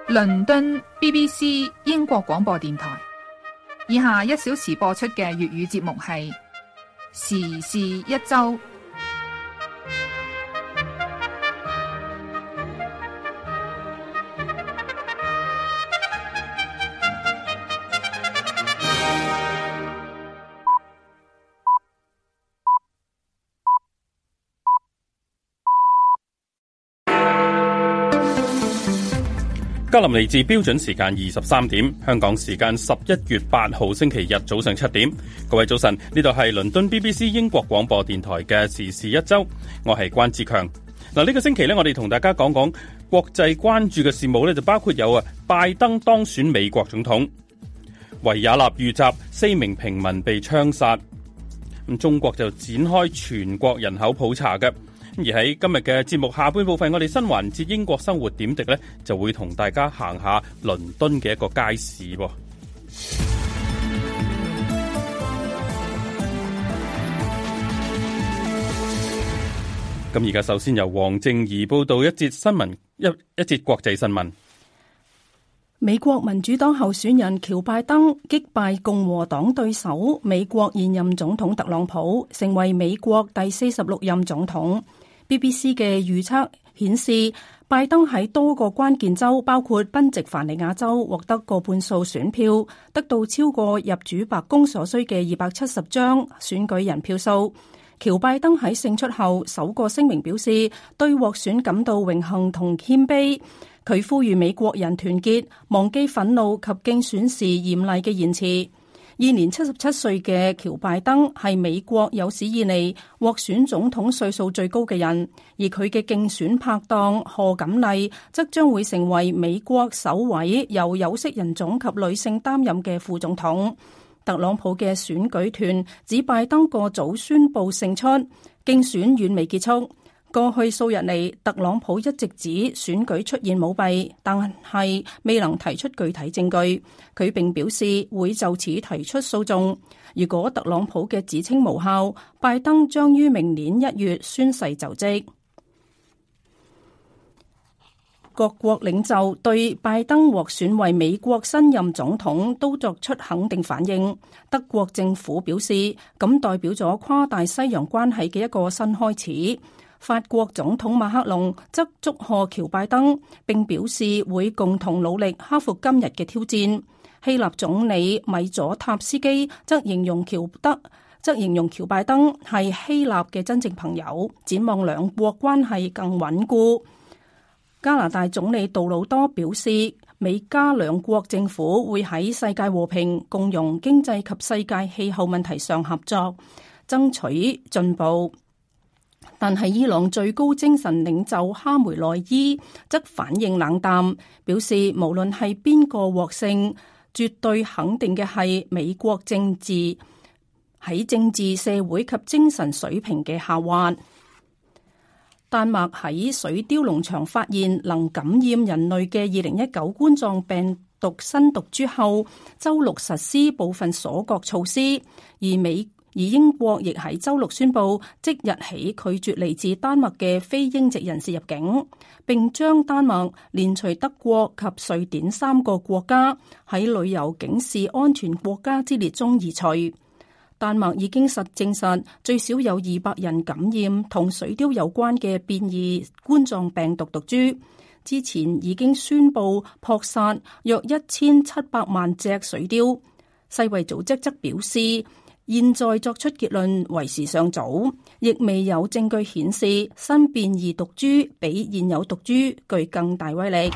倫敦 BBC 英國廣播電台，以下1小時播出嘅粵語節目係時事一周。 格林尼治標準時間23點，香港時間11月8號星期日早上7點。各位早晨，呢度係倫敦 BBC 英國廣播電台嘅時事一周，我係關志強。呢個星期呢，我哋同大家講講國際關注嘅事務呢，就包括有拜登當選美國總統，維也納遇襲，4名平民被槍殺。中國就展開全國人口普查嘅。而喺今日嘅節目下半部分，我哋新環節英國生活點滴呢，就會同大家行下倫敦嘅一個街市噃。咁而家首先由黃正儀報道一節新聞，一節國際新聞。 美國民主黨候選人喬拜登擊敗共和黨對手美國現任總統特朗普，成為美國第46任總統。BBC 嘅預測顯示，拜登喺多個關鍵州，包括賓夕凡尼亞州，獲得過半數選票，得到超過入主白宮所需嘅270張選舉人票數。喬拜登喺勝出後首個聲明表示，對獲選感到榮幸同謙卑。佢呼籲美國人團結，忘記憤怒及競選時嚴厲嘅言辭。現年77歲嘅喬拜登係美國有史以嚟獲選總統歲數最高嘅人，而佢嘅競選拍檔賀錦麗則將會成為美國首位由有色人種及女性擔任嘅副總統。特朗普嘅選舉團指拜登過早宣布勝出，競選遠未結束。過去數日嚟，特朗普一直指選舉出現舞弊，但係未能提出具體證據。佢並表示會就此提出訴訟。如果特朗普嘅指稱無效，拜登將於明年1月宣誓就職。各國領袖對拜登獲選為美國新任總統都作出肯定反應。德國政府表示，咁代表咗跨大西洋關係嘅一個新開始。法國總統馬克龍則祝賀喬拜登，並表示會共同努力克服今日嘅挑戰。希臘總理米佐塔斯基則形容喬拜登係希臘嘅真正朋友，展望兩國關係更穩固。加拿大總理杜魯多表示，美加兩國政府會喺世界和平、共融、經濟及世界氣候問題上合作，爭取進步。但係伊朗最高精神領袖哈梅內伊則反應冷淡，表示無論係邊個獲勝，絕對肯定嘅係美國政治喺政治、社會及精神水平嘅下滑。丹麥喺水貂農場發現能感染人類嘅2019冠狀病毒新毒株後，週六實施部分鎖國措施，而英國亦喺週六宣布，即日起拒絕嚟自丹麥嘅非英籍人士入境，並將丹麥連隨德國及瑞典3個國家喺旅遊警示安全國家之列中移除。丹麥已經證實最少有200人感染同水貂有關嘅變異冠狀病毒毒株，之前已經宣布撲殺約1700萬隻水貂。世衛組織則表示，現在作出結論為時尚早，亦未有證據顯示新變異毒株比現有毒株具更大威力。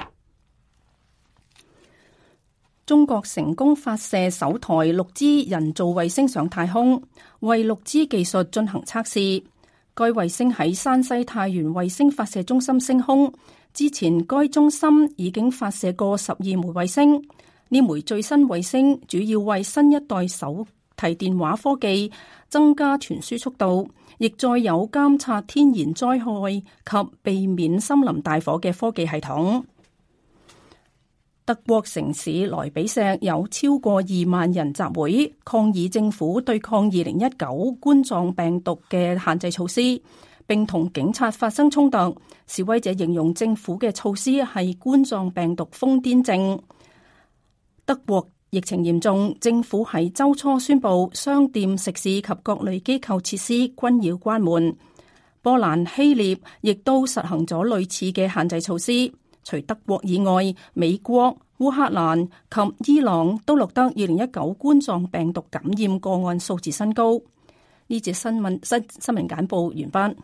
中國成功發射首台6支人造衛星上太空，為6支技術進行測試。該衛星喺山西太原衛星發射中心升空，之前該中心已經發射過12枚衛星。呢枚最新衛星主要為新一代手提電話科技增加傳輸速度，亦載有監察天然災害及避免森林大火嘅科技系統。德國城市萊比錫有超過2萬人集會抗議政府對抗2019冠狀病毒嘅限制措施， 並同警察發生衝突。示威者形容政府嘅措施係冠狀病毒瘋癲症。德國疫情嚴重，政府喺週初宣布商店、食肆及各類機構設施均要關門。波蘭、希臘亦都實行咗類似嘅限制措施。除德國以外，美國、烏克蘭及伊朗都錄得2019冠狀病毒感染個案數字新高。呢節新聞簡報完畢。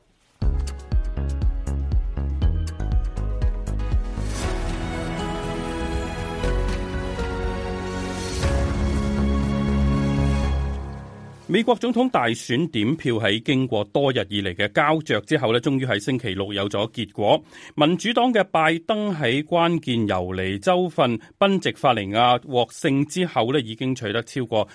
美國總統大選點票喺經過多日以嚟嘅膠着之後咧，終於喺星期六有咗結果。民主黨嘅拜登喺關鍵游離州份賓夕法尼亞獲勝之後咧，已經取得超過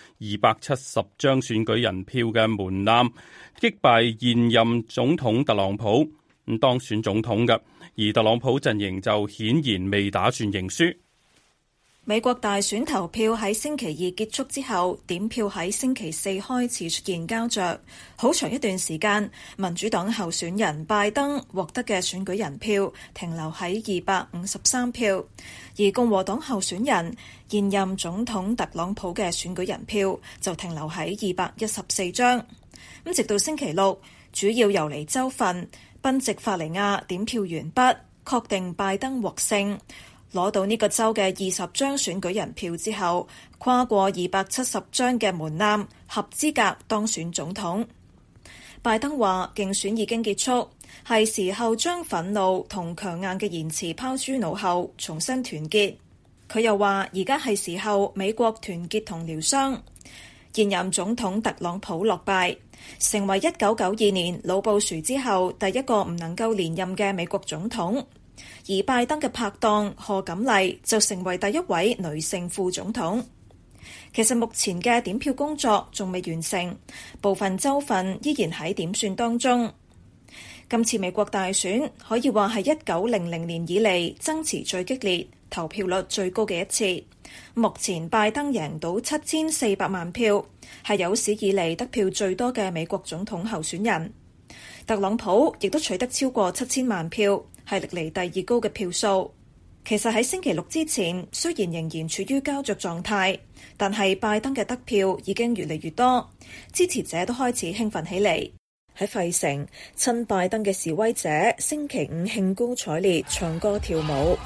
270張選舉人票嘅門檻，擊敗現任總統特朗普咁當選總統嘅。而特朗普陣營就顯然未打算認輸。 美國大選投票喺星期二結束之後，點票喺星期四開始出現膠着。好長一段時間，民主黨候選人拜登獲得嘅選舉人票停留喺253票，而共和黨候選人現任總統特朗普嘅選舉人票就停留喺214張。直到星期六，主要游離州份賓夕法尼亞點票完畢，確定拜登獲勝。攞到呢個州嘅20張選舉人票之後，跨過270張嘅門檻，合資格當選總統。拜登話競選已經結束，係時候將憤怒同強硬嘅言辭拋諸腦後，重新團結。佢又話而家係時候美國團結同療傷。現任總統特朗普落敗，成為1992年老布殊之後第一個唔能夠連任嘅美國總統。而拜登嘅拍檔賀錦麗就成為第一位女性副總統。其實目前嘅點票工作仲未完成，部分州份依然喺點算當中。今次美國大選可以話係1900年以嚟爭持最激烈、投票率最高嘅一次。目前拜登贏到7400萬票，係有史以嚟得票最多嘅美國總統候選人。特朗普亦都取得超過7000萬票，係歷嚟第二高嘅票數。其實喺星期六之前，雖然仍然處於膠着狀態，但係拜登嘅得票已經越嚟越多，支持者都開始興奮起嚟。喺費城，親拜登嘅示威者星期五興高采烈唱歌跳舞。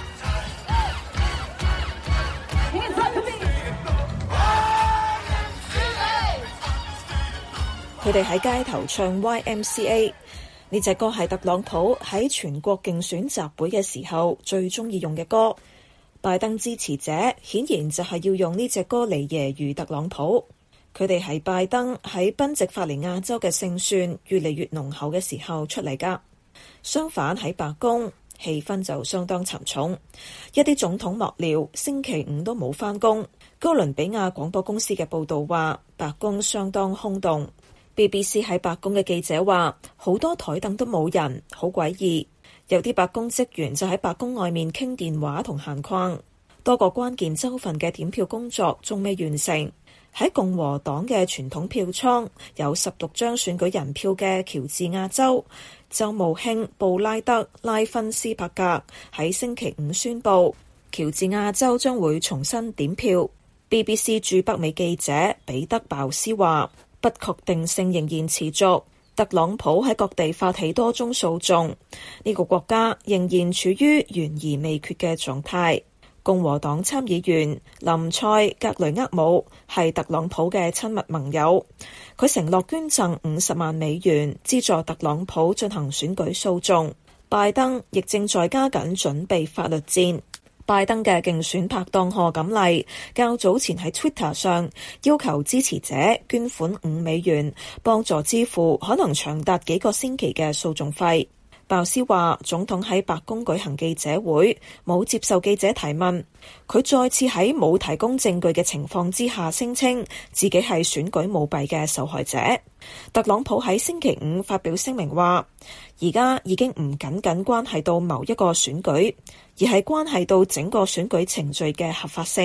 佢哋喺街頭唱 YMCA， 呢隻歌係特朗普喺全國競選集會嘅時候最中意用嘅歌。拜登支持者顯然就係要用呢隻歌嚟揶揄特朗普。佢哋係拜登喺賓夕法尼亞州嘅勝算越嚟越濃厚嘅時候出嚟㗎。相反喺白宮，氣氛就相當沉重，一啲總統幕僚星期五都冇返工。哥倫比亞廣播公司嘅報導話，白宮相當空洞。BBC 喺白宮嘅記者話，好多台凳都冇人，好詭異。有啲白宮職員就喺白宮外面傾電話同閒逛。多個關鍵州份嘅點票工作仲未完成。喺共和黨嘅傳統票倉有16張選舉人票嘅喬治亞州，州務卿布拉德拉芬斯伯格喺星期五宣布，喬治亞州將會重新點票。BBC 駐北美記者彼得鮑斯話，不確定性仍然持續，特朗普喺各地發起多宗訴訟，呢個國家仍然處於懸而未決嘅狀態。共和黨參議員林塞格雷厄姆係特朗普嘅親密盟友，佢承諾捐贈50萬美元資助特朗普進行選舉訴訟。拜登亦正在加緊準備法律戰。拜登嘅競選拍檔賀錦麗較早前喺 Twitter 上要求支持者捐款5美元，幫助支付可能長達幾個星期嘅訴訟費。鮑斯話，總統喺白宮舉行記者會，冇接受記者提問。佢再次喺冇提供證據嘅情況之下聲稱自己係選舉舞弊嘅受害者。特朗普喺星期五發表聲明話，而家已經唔僅僅關係到某一個選舉，而係關係到整個選舉程序嘅合法性。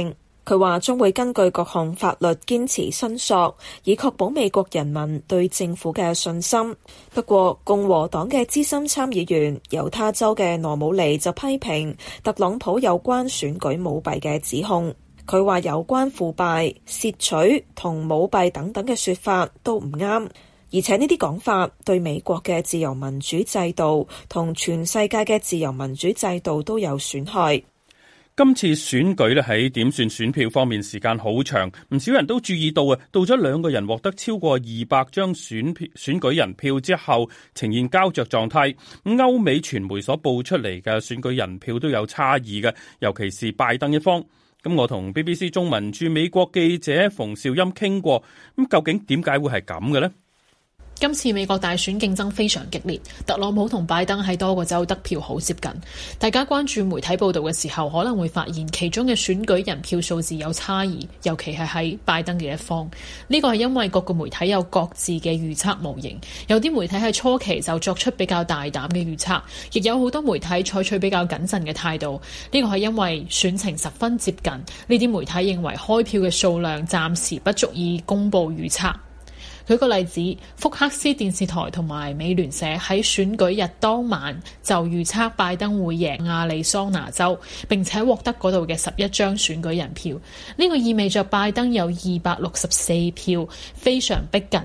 佢話將會根據各項法律堅持申訴，以確保美國人民對政府嘅信心。不過，共和黨嘅資深參議員猶他州嘅羅姆尼就批評特朗普有關選舉舞弊嘅指控。佢話有關腐敗、竊取同舞弊等等嘅說法都唔啱，而且呢啲講法對美國嘅自由民主制度同全世界嘅自由民主制度都有損害。 今次選舉咧喺點算選票方面時間好長，唔少人都注意到啊，到咗兩個人獲得超過200張選舉人票之後，呈現膠着狀態。歐美傳媒所報出嚟嘅選舉人票都有差異嘅，尤其是拜登一方。咁我同 BBC 中文駐美國記者馮兆音傾過，咁究竟點解會係咁嘅呢？ 今次美國大選競爭非常激烈，特朗普同拜登喺多個州得票好接近。大家關注媒體報道嘅時候，可能會發現其中嘅選舉人票數字有差異，尤其係喺拜登嘅一方。呢個係因為各個媒體有各自嘅預測模型，有啲媒體喺初期就作出比較大膽嘅預測，亦有好多媒體採取比較謹慎嘅態度。呢個係因為選情十分接近，呢啲媒體認為開票嘅數量暫時不足以公佈預測。舉個例子，福克斯電視台同埋美聯社喺選舉日當晚就預測拜登會贏亞利桑那州，並且獲得嗰度嘅11張選舉人票。呢個意味着拜登有264票，非常逼近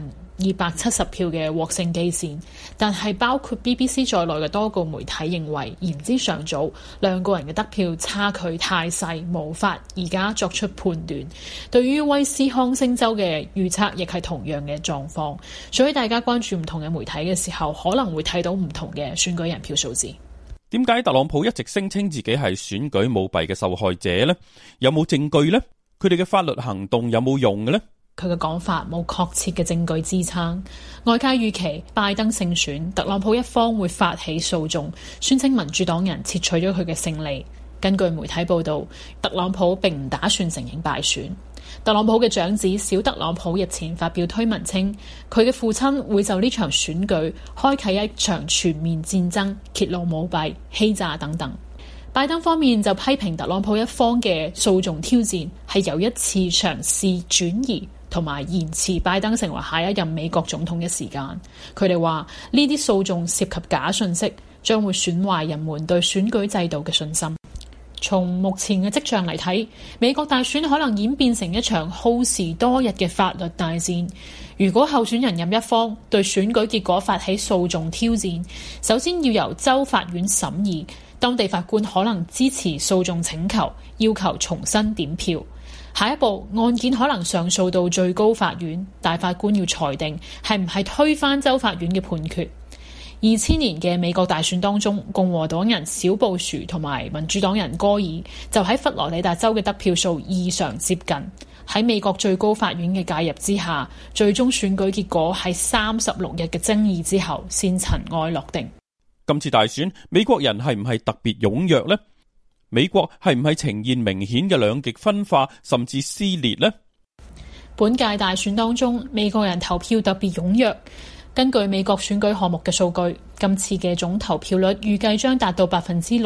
270票嘅獲勝基線，但係包括 BBC 在內嘅多個媒體認為言之尚早，兩個人嘅得票差距太細，無法而家作出判斷。對於威斯康星州嘅預測亦係同樣嘅狀況，所以大家關注唔同嘅媒體嘅時候，可能會睇到唔同嘅選舉人票數字。 點解特朗普一直聲稱自己係選舉舞弊嘅受害者呢？有冇證據呢？佢哋嘅法律行動有冇用嘅呢？ 佢嘅講法冇確切嘅證據支撐，外界預期拜登勝選，特朗普一方會發起訴訟，宣稱民主黨人竊取咗佢嘅勝利。根據媒體報道，特朗普並唔打算承認敗選。特朗普嘅長子小特朗普日前發表推文稱，佢嘅父親會就呢場選舉開啟一場全面戰爭，揭露舞弊、欺詐等等。拜登方面就批評特朗普一方嘅訴訟挑戰係又一次嘗試轉移同埋延遲拜登成為下一任美國總統嘅時間。佢哋話呢啲訴訟涉及假訊息，將會損壞人們對選舉制度嘅信心。從目前嘅跡象嚟睇，美國大選可能演變成一場耗時多日嘅法律大戰。如果候選人任一方對選舉結果發起訴訟挑戰，首先要由州法院審議，當地法官可能支持訴訟請求，要求重新點票。下一步，案件可能上訴到最高法院，大法官要裁定係唔係推翻州法院嘅判決。2000年嘅美國大選當中，共和黨人小布殊同埋民主黨人戈爾就喺佛羅里達州嘅得票數異常接近。喺美國最高法院嘅介入之下，最終選舉結果喺36日嘅爭議之後先塵埃落定。 今次大選，美國人係唔係特別踴躍呢？美國係唔係呈現明顯嘅兩極分化甚至撕裂呢？ 本屆大選當中，美國人投票特別踴躍。根據美國選舉項目嘅數據，今次嘅總投票率預計將達到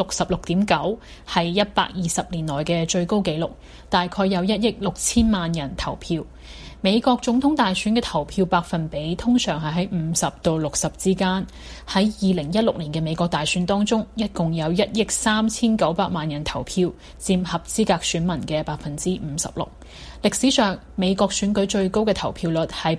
66.9%， 係120年來嘅最高紀錄，大概有1億6千萬人投票。美國總統大選嘅投票百分比通常係喺50到60之間。喺2016年嘅美國大選當中，一共有1億3900萬人投票，佔合資格選民嘅 56%。歷史上，美國選舉最高嘅投票率係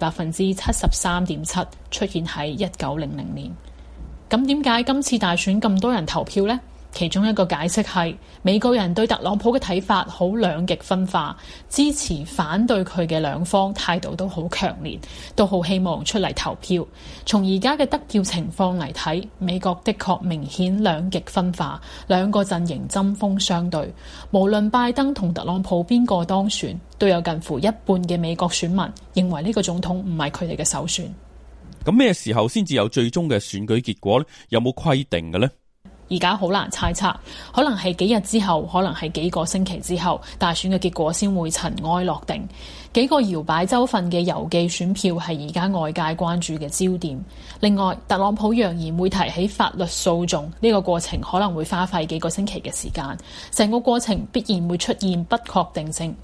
73.7%， 出現喺1900年。咁點解今次大選咁多人投票呢？其中一個解釋係美國人對特朗普嘅睇法好兩極分化，支持反對佢嘅兩方態度都好強烈，都好希望出嚟投票。從而家嘅得票情況嚟睇，美國的確明顯兩極分化，兩個陣營針鋒相對。無論拜登同特朗普邊個當選，都有近乎一半嘅美國選民認為呢個總統唔係佢哋嘅首選。 咁咩時候先至有最終嘅選舉結果呢？有冇規定嘅呢？ 而家好難猜測，可能係幾日之後，可能係幾個星期之後，大選嘅結果先會塵埃落定。幾個搖擺州份嘅郵寄選票係而家外界關注嘅焦點。另外，特朗普揚言會提起法律訴訟，呢個過程可能會花費幾個星期嘅時間，成個過程必然會出現不確定性。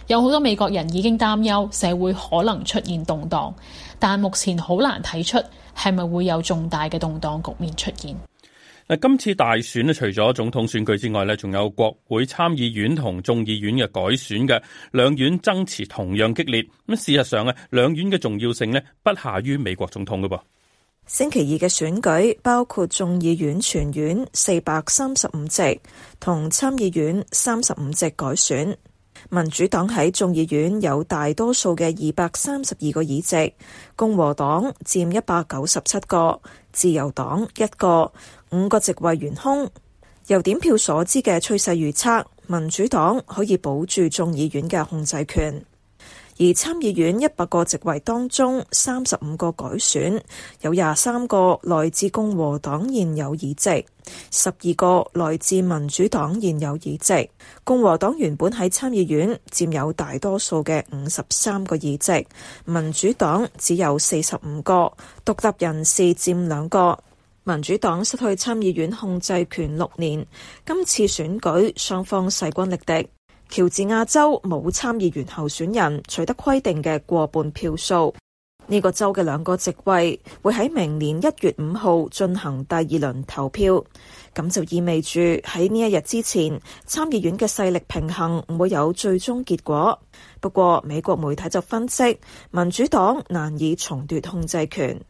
有好多美國人已經擔憂社會可能出現動盪，但目前好難睇出係咪會有重大嘅動盪局面出現。 今次大選咧，除咗總統選舉之外咧，仲有國會參議院同眾議院嘅改選嘅，兩院爭持同樣激烈。咁事實上兩院嘅重要性咧，不下於美國總統嘅噃。 星期二嘅選舉包括眾議院全院435席同參議院35席改選。民主黨喺眾議院有大多數嘅232個議席，共和黨佔197個，自由黨1個，5個席位懸空。由點票所知嘅趨勢預測，民主黨可以保住眾議院嘅控制權。而參議院100個席位當中，35個改選，有23個來自共和黨現有議席，12個來自民主黨現有議席。共和黨原本喺參議院佔有大多數嘅53個議席，民主黨只有45個，獨立人士佔2個。民主黨失去參議院控制權6年，今次選舉雙方勢均力敵。喬治亞州冇參議員候選人取得規定嘅過半票數，呢個州嘅2個席位會喺明年1月5號進行第2輪投票，咁就意味住喺呢一日之前，參議院嘅勢力平衡唔會有最終結果。不過美國媒體就分析，民主黨難以重奪控制權。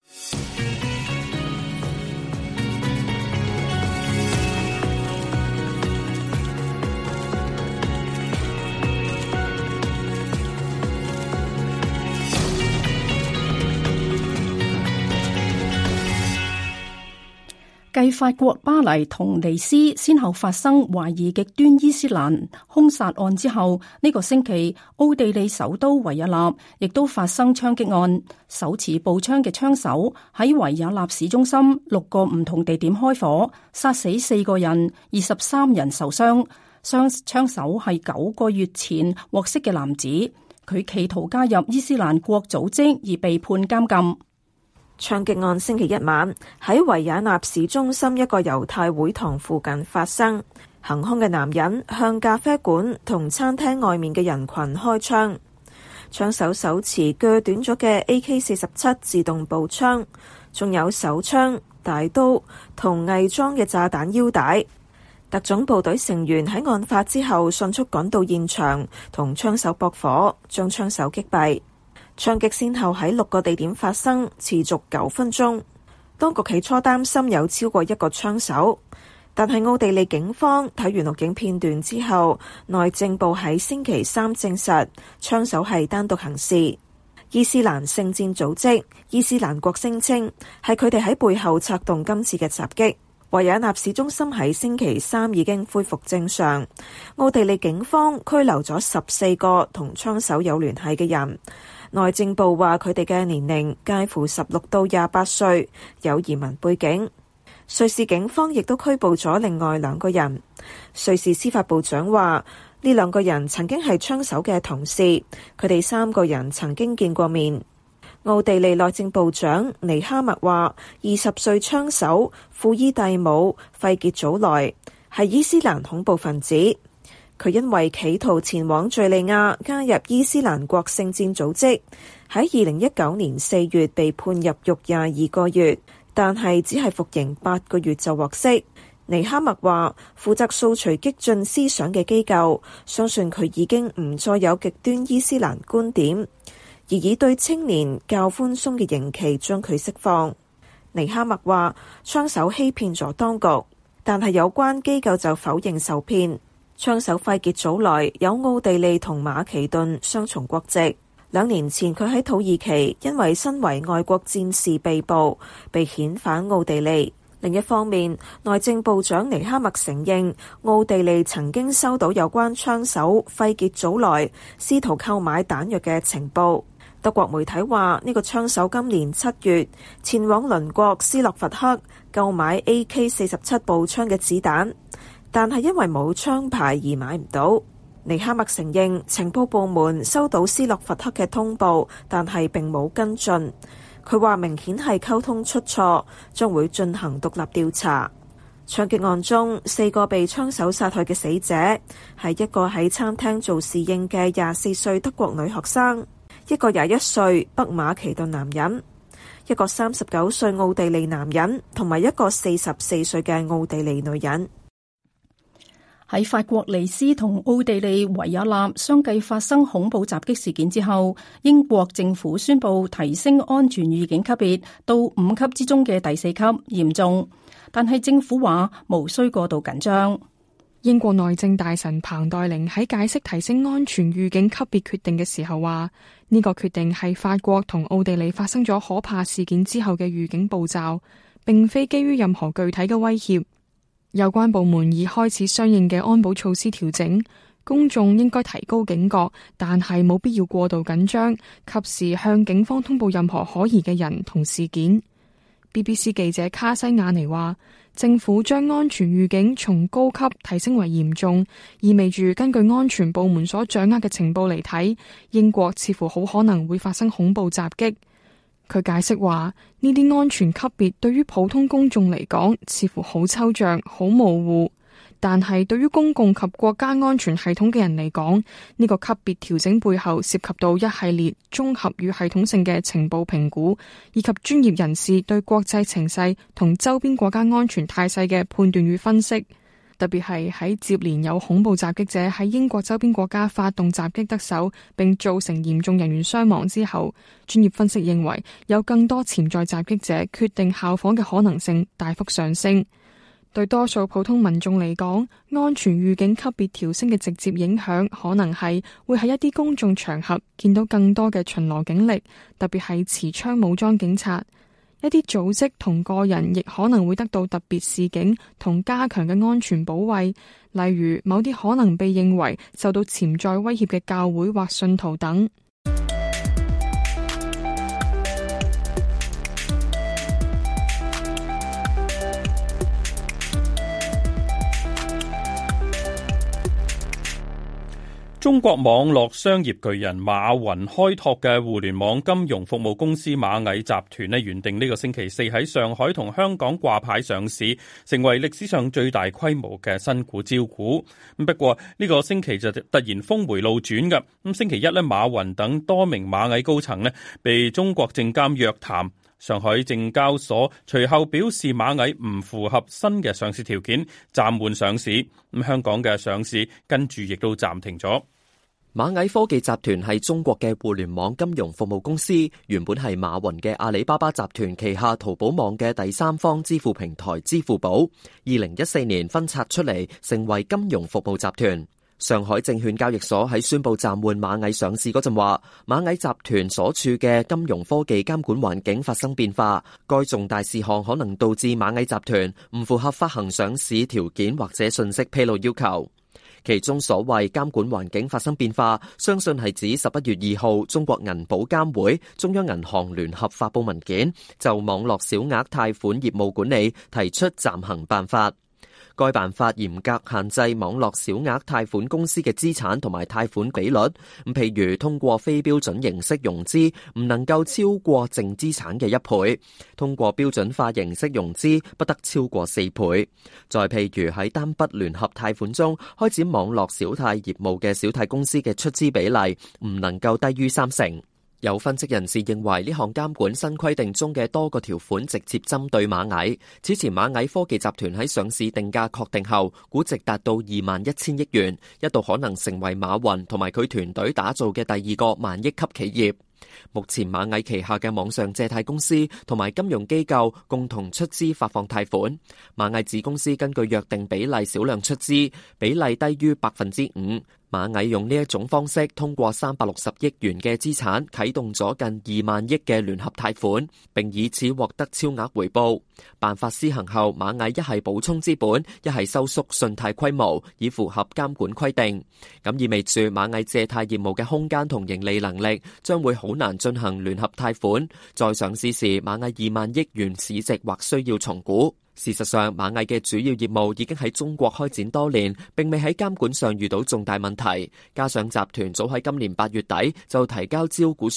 繼法國巴黎同尼斯先後發生懷疑極端伊斯蘭兇殺案之後，呢個星期奧地利首都維也納亦都發生槍擊案。手持步槍嘅槍手喺維也納市中心6個唔同地點開火，殺死4個人，23人受傷。槍手係9個月前獲釋嘅男子，佢企圖加入伊斯蘭國組織而被判監禁。 槍擊案星期一晚喺維也納市中心一個猶太會堂附近發生，行兇嘅男人向咖啡館同餐廳外面嘅人群開槍，槍手手持鋸短咗嘅 AK-47 自動步槍，仲有手槍、大刀同偽裝嘅炸彈腰帶。特種部隊成員喺案發之後迅速趕到現場，同槍手駁火，將槍手擊斃。槍擊先後喺6個地點發生，持續9分鐘。當局起初擔心有超過1個槍手，但係奧地利警方睇完錄影片段之後，內政部喺星期3證實槍手係單獨行事。伊斯蘭聖戰組織伊斯蘭國聲稱係佢哋喺背後策動今次嘅襲擊。維也納市中心喺星期3已經恢復正常。奧地利警方拘留咗14個同槍手有聯繫嘅人。內政部話佢哋嘅年齡介乎16到28歲，有移民背景。瑞士警方亦都拘捕咗另外2個人。瑞士司法部長話呢2個人曾經係槍手嘅同事，佢哋3個人曾經見過面。奧地利內政部長尼哈默話20歲槍手庫伊蒂姆費傑祖萊係伊斯蘭恐怖分子。佢因為企圖前往敘利亞加入伊斯蘭國聖戰組織，喺2019年4月被判入獄22個月，但係只係服刑8個月就獲釋。尼哈默話，負責掃除激進思想嘅機構相信佢已經唔再有極端伊斯蘭觀點，而以對青年較寬鬆嘅刑期將佢釋放。尼哈默話，槍手欺騙咗當局，但係有關機構就否認受騙。槍手費傑祖萊有奧地利同馬其頓雙重國籍。2年前佢喺土耳其因為身為外國戰士被捕，被遣返奧地利。另一方面，內政部長尼哈默承認奧地利曾經收到有關槍手費傑祖萊試圖購買彈藥嘅情報。德國媒體話呢個槍手今年7月前往鄰國斯洛伐克購買 AK-47 步槍嘅子彈，但係因為冇槍牌而買唔到。尼哈默承認情報部門收到斯洛伐克嘅通報，但係並冇跟進。佢話明顯係溝通出錯，將會進行獨立調查。 槍擊案中，4個被槍手殺害嘅死者係一個喺餐廳做侍應嘅24歲德國女學生，一個21歲北馬其頓男人，一個39歲奧地利男人，同埋一個44歲嘅奧地利女人。 喺法國尼斯同奧地利維也納相繼發生恐怖襲擊事件之後，英國政府宣布提升安全預警級別到5級之中嘅第4級，嚴重。但係政府話無需過度緊張。 英國內政大臣彭黛玲喺解釋提升安全預警級別決定嘅時候話，呢個決定係法國同奧地利發生咗可怕事件之後嘅預警步驟，並非基於任何具體嘅威脅。有關部門已開始相應嘅安保措施調整，公眾應該提高警覺，但係冇必要過度緊張，及時向警方通報任何可疑嘅人同事件。BBC 記者卡西亞尼話，政府將安全預警從高級提升為嚴重，意味住根據安全部門所掌握嘅情報嚟睇，英國似乎好可能會發生恐怖襲擊。佢解釋話，呢啲安全級別對於普通公眾嚟講似乎好抽象、好模糊，但係對於公共及國家安全系統嘅人嚟講，呢個級別調整背後涉及到一系列綜合與系統性嘅情報評估，以及專業人士對國際情勢同周邊國家安全態勢嘅判斷與分析。特別係喺接連有恐怖襲擊者喺英國周邊國家發動襲擊得手，並造成嚴重人員傷亡之後，專業分析認為有更多潛在襲擊者決定效仿嘅可能性大幅上升。對多數普通民眾嚟講，安全預警級別調升嘅直接影響可能係會喺一啲公眾場合見到更多嘅巡邏警力，特別係持槍武裝警察。一啲組織同個人亦可能會得到特別示警同加強嘅安全保衛，例如某啲可能被認為受到潛在威脅嘅教會或信徒等。 中國網絡商業巨人馬雲開拓嘅互聯網金融服務公司螞蟻集團呢，原定呢個星期四喺上海同香港掛牌上市，成為歷史上最大規模嘅新股招股。不過呢個星期就突然峰回路轉嘅。星期一呢，馬雲等多名螞蟻高層呢被中國證監約談。上海證交所隨後表示螞蟻唔符合新嘅上市條件，暫緩上市。香港嘅上市跟住亦都暫停咗。 螞蟻科技集團係中國嘅互聯網金融服務公司，原本係馬雲嘅阿里巴巴集團旗下淘寶網嘅第三方支付平台支付寶。2014年分拆出嚟，成為金融服務集團。上海證券交易所喺宣布暫緩螞蟻上市嗰陣話，螞蟻集團所處嘅金融科技監管環境發生變化，該重大事項可能導致螞蟻集團唔符合發行上市條件或者信息披露要求。其中所謂監管環境發生變化，相信係指11月2號中國銀保監會、中央銀行聯合發布文件，就網絡小額貸款業務管理提出暫行辦法。該辦法嚴格限制網絡小額貸款公司嘅資產同埋貸款比率，譬如通過非標準形式融資唔能夠超過淨資產嘅1倍，通過標準化形式融資不得超過4倍。再譬如喺單筆聯合貸款中開展網絡小貸業務嘅小貸公司嘅出資比例唔能夠低於30%。有分析人士認為呢項監管新規定中嘅多個條款直接針對螞蟻。此前螞蟻科技集團喺上市定價確定後，估值達到21,000億元，一度可能成為馬雲同埋佢團隊打造嘅第2個萬億級企業。目前螞蟻旗下嘅網上借貸公司同埋金融機構共同出資發放貸款，螞蟻子公司根據約定比例少量出資，比例低於5%。螞蟻用呢一種方式，通過360億元嘅資產啟動咗近2萬億嘅聯合貸款，並以此獲得超額回報。辦法施行後，螞蟻一係補充資本，一係收縮信貸規模，以符合監管規定。咁意味住螞蟻借貸業務嘅空間同盈利能力將會好難進行聯合貸款。再上市時，螞蟻2萬億元市值或需要重估。事實上，螞蟻嘅主要業務已經喺中國開展多年，並未喺監管上遇到重大問題。加上集團早喺今年8月底就提交招股書，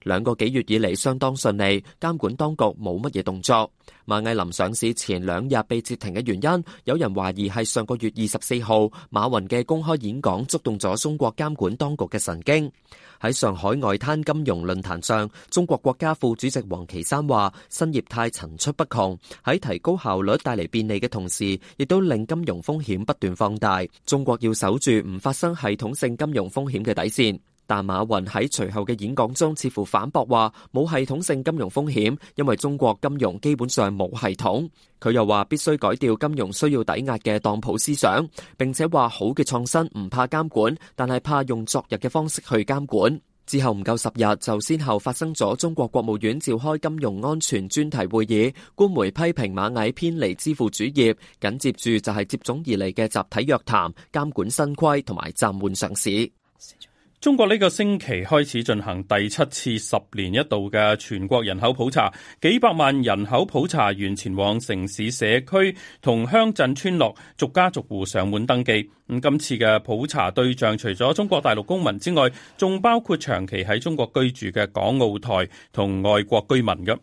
2個幾月以嚟相當順利，監管當局冇乜嘢動作。螞蟻臨上市前2日被截停嘅原因，有人懷疑係上個月24號馬雲嘅公開演講觸動咗中國監管當局嘅神經。喺上海外灘金融論壇上，中國國家副主席王岐山話：新業態層出不窮，喺提高效率帶嚟便利嘅同時，亦都令金融風險不斷放大。中國要守住唔發生系統性金融風險嘅底線。但馬雲喺隨後嘅演講中似乎反駁話冇系統性金融風險，因為中國金融基本上冇系統。佢又話必須改掉金融需要抵押嘅當鋪思想，並且話好嘅創新唔怕監管，但係怕用昨日嘅方式去監管。之後唔夠10日就先後發生咗中國國務院召開金融安全專題會議，官媒批評螞蟻偏離支付主業，緊接住就係接踵而嚟嘅集體約談、監管新規同埋暫緩上市。 中國呢個星期開始進行第7次10年一度嘅全國人口普查，幾百萬人口普查員前往城市社區同鄉鎮村落，逐家逐戶上門登記。今次嘅普查對象除咗中國大陸公民之外，仲包括長期喺中國居住嘅港澳台同外國居民嘅。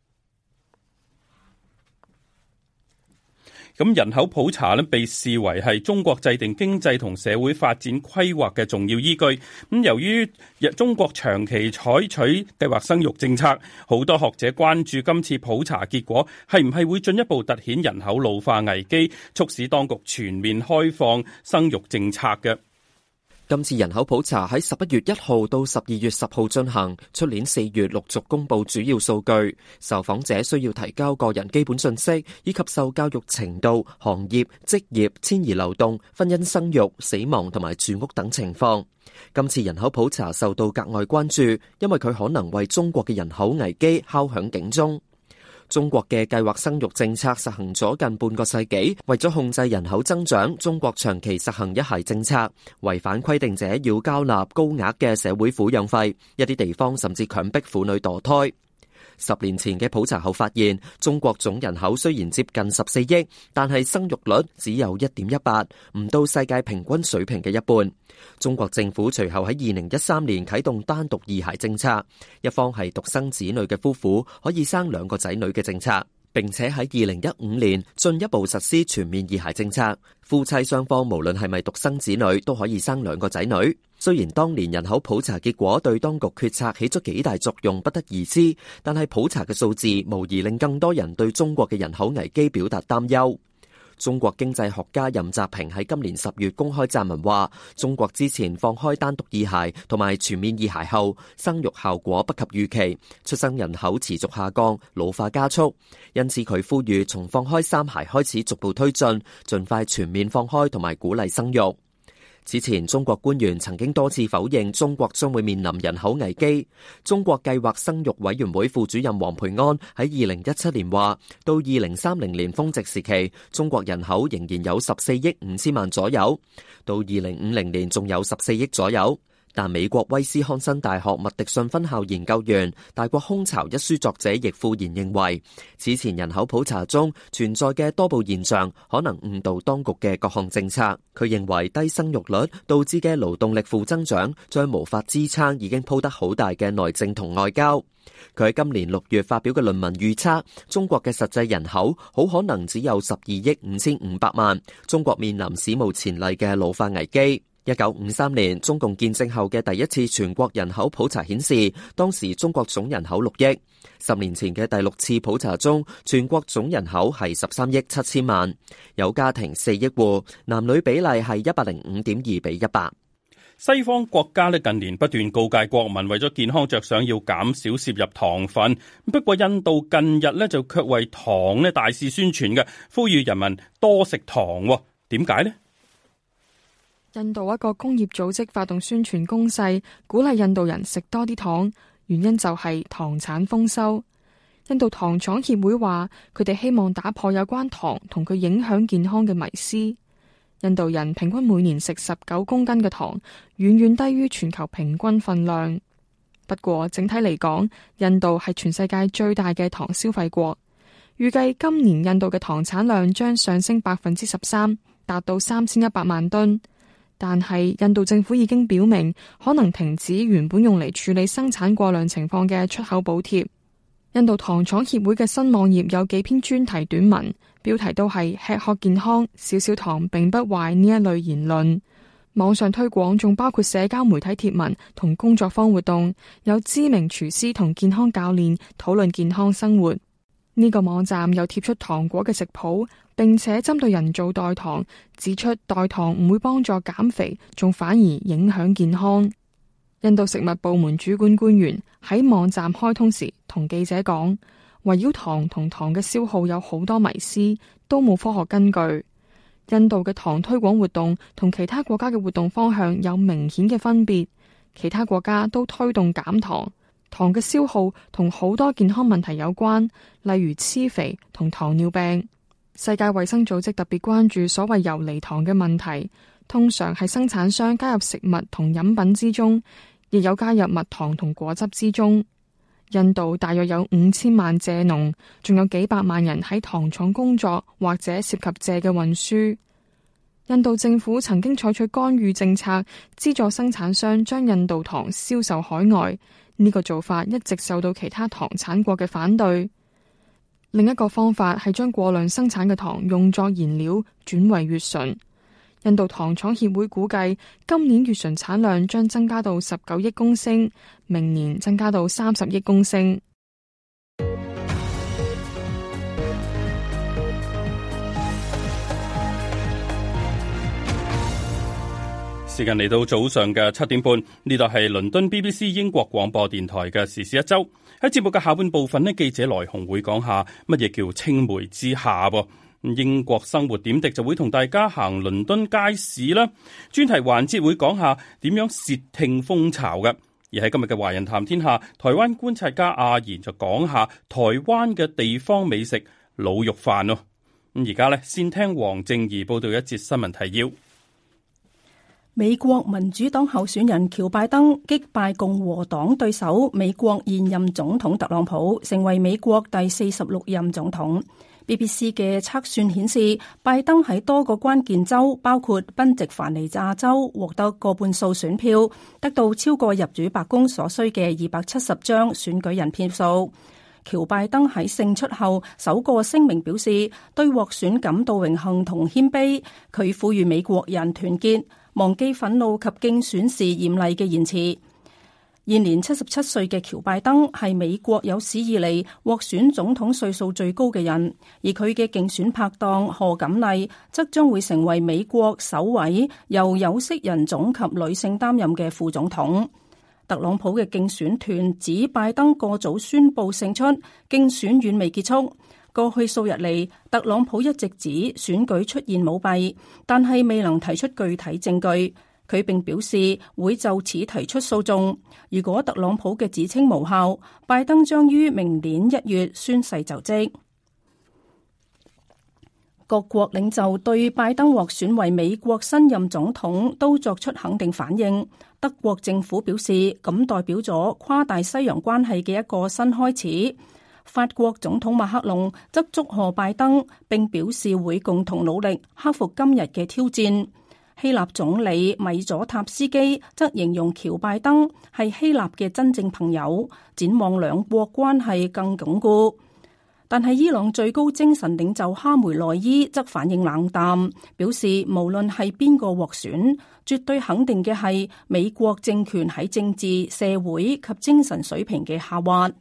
咁人口普查呢，被視為係中國制定經濟同社會發展規劃嘅重要依據。咁由於中國長期採取計劃生育政策，好多學者關注今次普查結果係唔係會進一步凸顯人口老化危機，促使當局全面開放生育政策嘅。 今次人口普查喺11月1號到12月10號進行，出年4月陸續公布主要數據。受訪者需要提交個人基本信息，以及受教育程度、行業、職業、遷移流動、婚姻生育、死亡同埋住屋等情況。今次人口普查受到格外關注，因為佢可能為中國嘅人口危機敲響警鐘。中國嘅計劃生育政策實行咗近半個世紀，為咗控制人口增長，中國長期實行一孩政策，違反規定者要交納高額嘅社會撫養費，一啲地方甚至強迫婦女墮胎。10年前嘅普查後發現，中國總人口雖然接近14億，但係生育率只有 1.18， 唔到世界平均水平嘅一半。中國政府隨後喺2013年啟動單獨二孩政策，一方係獨生子女嘅夫婦可以生2個仔女嘅政策，並且喺2015年進一步實施全面二孩政策，夫妻雙方無論係咪獨生子女都可以生2個仔女。雖然當年人口普查結果對當局決策起咗幾大作用不得而知，但係普查嘅數字無疑令更多人對中國嘅人口危機表達擔憂。中國經濟學家任澤平喺今年10月公開撰文話，中國之前放開單獨二孩同埋全面二孩後，生育效果不及預期，出生人口持續下降，老化加速。因此佢呼籲從放開3孩開始逐步推進，盡快全面放開同埋鼓勵生育。此前中國官員曾經多次否認中國將會面臨人口危機。中國計劃生育委員會副主任王培安喺2017年話，到2030年峰值時期，中國人口仍然有14億5千萬左右，到2050年仲有14億左右。但美國威斯康辛大學麥迪遜分校研究員、大國空巢一書作者易富賢認為，此前人口普查中存在嘅多部現象可能誤導當局嘅各項政策。佢認為低生育率導致嘅勞動力負增長將無法支撐已經鋪得好大嘅內政同外交。佢喺今年6月發表嘅論文預測，中國嘅實際人口好可能只有12億5500萬，中國面臨史無前例嘅老化危機。1953年中共建政後嘅第一次全國人口普查顯示，當時中國總人口6億。10年前嘅第6次普查中，全國總人口係13億7千萬，有家庭4億戶，男女比例係105.2比100。 西方國家咧近年不斷告誡國民為咗健康着想要減少攝入糖分，不過印度近日咧就卻為糖咧大肆宣傳嘅，呼籲人民多食糖。點解呢？ 印度一個工業組織發動宣傳攻勢，鼓勵印度人食多啲糖，原因就係糖產豐收。印度糖廠協會話，佢哋希望打破有關糖同佢影響健康嘅迷思。印度人平均每年食19公斤嘅糖，遠遠低於全球平均分量。不過整體嚟講，印度係全世界最大嘅糖消費國，預計今年印度嘅糖產量將上升13%，達到3100萬噸。 但係印度政府已經表明可能停止原本用嚟處理生產過量情況嘅出口補貼。印度糖廠協會嘅新網頁有幾篇專題短文，標題都係吃喝健康，少少糖並不壞呢一類言論。網上推廣仲包括社交媒體貼文同工作坊活動，有知名廚師同健康教練討論健康生活。呢個網站又貼出糖果嘅食譜，並且針對人造代糖，指出代糖唔會幫助減肥，仲反而影響健康。印度食物部門主管官員喺網站開通時同記者講，圍繞糖同糖嘅消耗有好多迷思，都冇科學根據。印度嘅糖推廣活動同其他國家嘅活動方向有明顯嘅分別，其他國家都推動減糖，糖嘅消耗同好多健康問題有關，例如癡肥同糖尿病。世界衛生組織特別關注所謂游離糖嘅問題，通常係生產商加入食物同飲品之中，亦有加入蜜糖同果汁之中。印度大約有5000萬蔗農，仲有幾百萬人喺糖廠工作或者涉及蔗嘅運輸。印度政府曾經採取干預政策，資助生產商將印度糖銷售海外。呢個做法一直受到其他糖產國嘅反對。另一個方法係將過量生產嘅糖用作燃料，轉為乙醇。印度糖廠協會估計，今年乙醇產量將增加到19億公升，明年增加到30億公升。 時間嚟到早上嘅7點半，呢度係倫敦 BBC 英國廣播電台嘅時事一周。喺節目嘅下半部分呢，記者來鴻會講下乜嘢叫青梅之夏噃。英國生活點滴就會同大家行倫敦街市啦。專題環節會講下點樣竊聽風潮嘅。而喺今日嘅華人談天下，台灣觀察家阿賢就講下台灣嘅地方美食滷肉飯咯。咁而家呢，先聽黃正儀報道一節新聞提要。 美國民主黨候選人喬拜登擊敗共和黨對手美國現任總統特朗普，成為美國第46任總統。BBC 嘅測算顯示，拜登喺多個關鍵州，包括賓夕凡尼亞州，獲得過半數選票，得到超過入主白宮所需嘅270張選舉人票數。喬拜登喺勝出後首個聲明表示，對獲選感到榮幸同謙卑。佢呼籲美國人團結，忘記憤怒及競選時嚴厲嘅言辭。現年77歲嘅喬拜登係美國有史以嚟獲選總統歲數最高嘅人，而佢嘅競選拍檔賀錦麗則將會成為美國首位由有色人種及女性擔任嘅副總統。特朗普嘅競選團指拜登過早宣布勝出，競選遠未結束。過去數日嚟，特朗普一直指選舉出現舞弊，但係未能提出具體證據。佢並表示會就此提出訴訟。如果特朗普嘅指稱無效，拜登將於明年1月宣誓就職。各國領袖對拜登獲選為美國新任總統都作出肯定反應。德國政府表示，咁代表咗跨大西洋關係嘅一個新開始。法國總統馬克龍則祝賀拜登，並表示會共同努力克服今日嘅挑戰。希臘總理米佐塔斯基則形容喬拜登係希臘嘅真正朋友，展望兩國關係更鞏固。但係伊朗最高精神領袖哈梅內伊則反應冷淡，表示無論係邊個獲選，絕對肯定嘅係美國政權喺政治、社會及精神水平嘅下滑。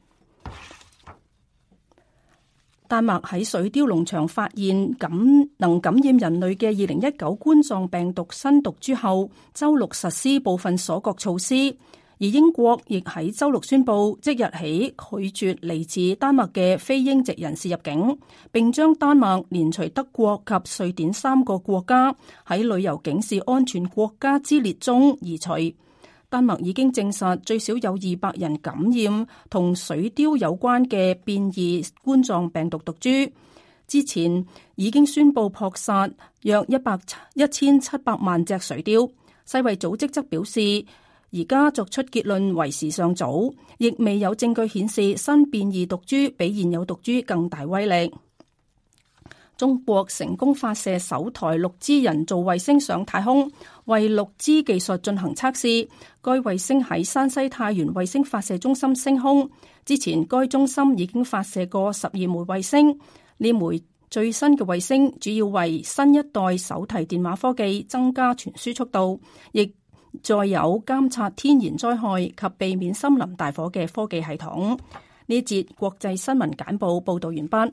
丹麥喺水貂農場發現能感染人類嘅2019冠狀病毒新毒株後，週六實施部分鎖國措施。而英國亦喺週六宣布，即日起拒絕嚟自丹麥嘅非英籍人士入境，並將丹麥連隨德國及瑞典3個國家喺旅遊警示安全國家之列中移除。丹麥已經證實最少有200人感染同水貂有關嘅變異冠狀病毒毒株。之前已經宣布撲殺約1700萬隻水貂。世衛組織則表示，而家作出結論為時尚早，亦未有證據顯示新變異毒株比現有毒株更大威力。 中國成功發射首台6G 人造衛星上太空，為6G 技術進行測試。該衛星喺山西太原衛星發射中心升空。之前該中心已經發射過12枚衛星。呢枚最新嘅衛星主要為新一代手提電話科技增加傳輸速度，亦載有監察天然災害及避免森林大火嘅科技系統。呢節國際新聞簡報報道完畢。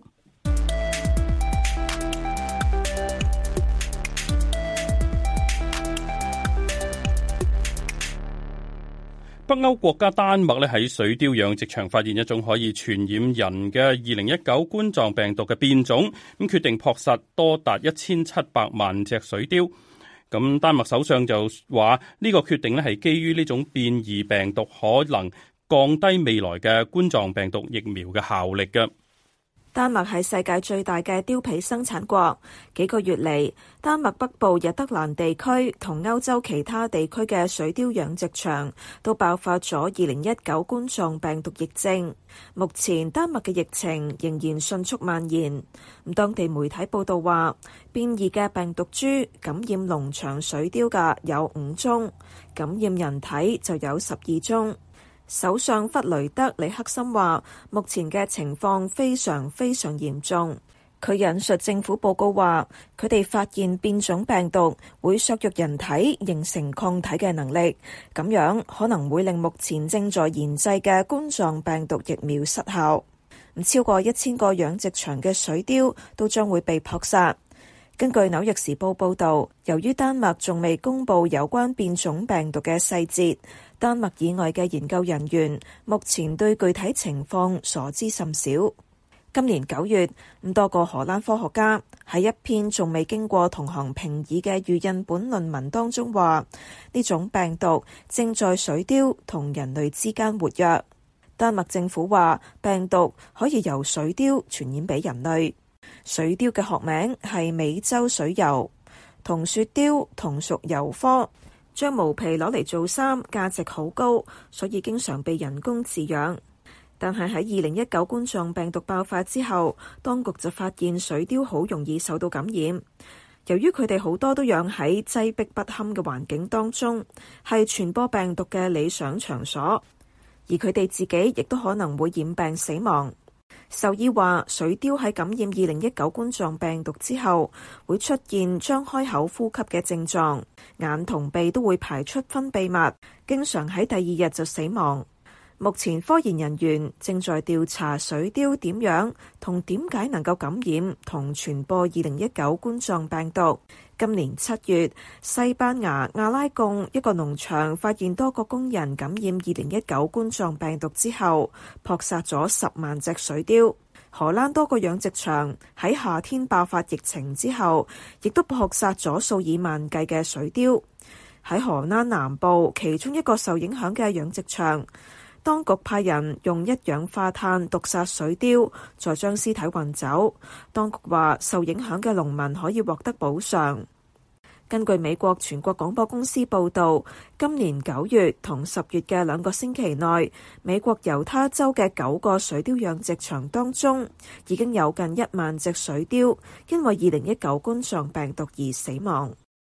北歐國家丹麥咧喺水貂養殖場發現一種可以傳染人嘅2019冠狀病毒嘅變種，咁決定撲殺多達1700萬隻水貂。咁丹麥首相就話呢個決定咧係基於呢種變異病毒可能降低未來嘅冠狀病毒疫苗嘅效力嘅。 丹麥係世界最大嘅貂皮生產國，幾個月嚟，丹麥北部日德蘭地區同歐洲其他地區嘅水貂養殖場都爆發咗2019冠狀病毒疫症。目前丹麥嘅疫情仍然迅速蔓延。當地媒體報道話，變異嘅病毒株感染農場水貂嘅有5宗，感染人體就有12宗。首相弗雷德里克森話，目前嘅情況非常嚴重。佢引述政府報告話，佢哋發現變種病毒會削弱人體形成抗體嘅能力，咁樣可能會令目前正在研製嘅冠狀病毒疫苗失效。超過1000個養殖場嘅水貂都將會被撲殺。根據紐約時報報導，由於丹麥仲未公布有關變種病毒嘅細節，丹麥以外嘅研究人員目前對具體情況所知甚少。今年9月，多個荷蘭科學家喺一篇仲未經過同行評議嘅預印本論文當中話，呢種病毒正在水貂同人類之間活躍。丹麥政府話，病毒可以由水貂傳染俾人類。水貂嘅學名係美洲水螯，同雪貂同屬螯科，將毛皮攞嚟做衫，價值好高，所以經常被人工飼養。但係喺2019冠狀病毒爆發之後，當局就發現水貂好容易受到感染。由於佢哋好多都養喺擠迫不堪嘅環境當中，係傳播病毒嘅理想場所，而佢哋自己亦都可能會染病死亡。獸醫話，水貂喺感染2019冠狀病毒之後，會出現張開口呼吸嘅症狀，眼同鼻都會排出分泌物，經常喺第2日就死亡。目前科研人員正在調查水貂點樣同點解能夠感染同傳播2019冠狀病毒。今年7月，西班牙阿拉貢一個農場發現多個工人感染2019冠狀病毒之後，撲殺咗10萬隻水貂。荷蘭多個養殖場喺夏天爆發疫情之後，亦都撲殺咗數以萬計嘅水貂。喺荷蘭南部其中一個受影響嘅養殖場，當局派人用一氧化碳毒殺水貂，再將屍體運走。當局話，受影響嘅農民可以獲得補償。根據美國全國廣播公司報導，今年9月同10月嘅2個星期內，美國猶他州嘅9個水貂養殖場當中，已經有近1萬隻水貂因為2019冠狀病毒而死亡。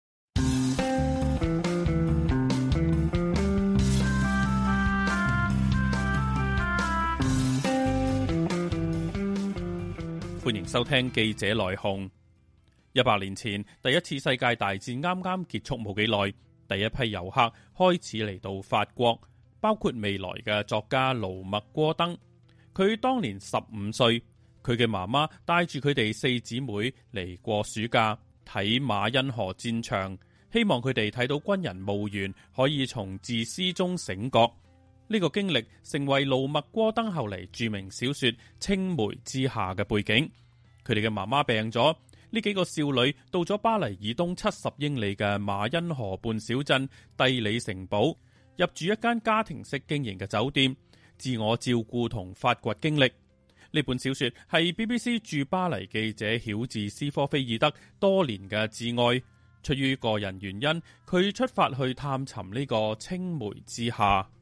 歡迎收聽記者來鴻。100年前，第一次世界大戰啱啱結束冇幾耐，第一批遊客開始嚟到法國，包括未來嘅作家盧默戈登。佢當年15歲，佢嘅媽媽帶住佢哋4姊妹嚟過暑假，睇馬恩河戰場，希望佢哋睇到軍人墓園可以從自私中醒覺。呢個經歷成為盧默戈登後嚟著名小說《青梅之下》嘅背景。佢哋嘅媽媽病咗，呢幾個少女到咗巴黎以東70英里嘅馬恩河畔小鎮蒂里城堡，入住一間家庭式經營嘅酒店，自我照顧同發掘經歷。呢本小說係 BBC 駐巴黎記者曉治斯科菲爾德多年嘅摯愛，出於個人原因，佢出發去探尋呢個青梅之下。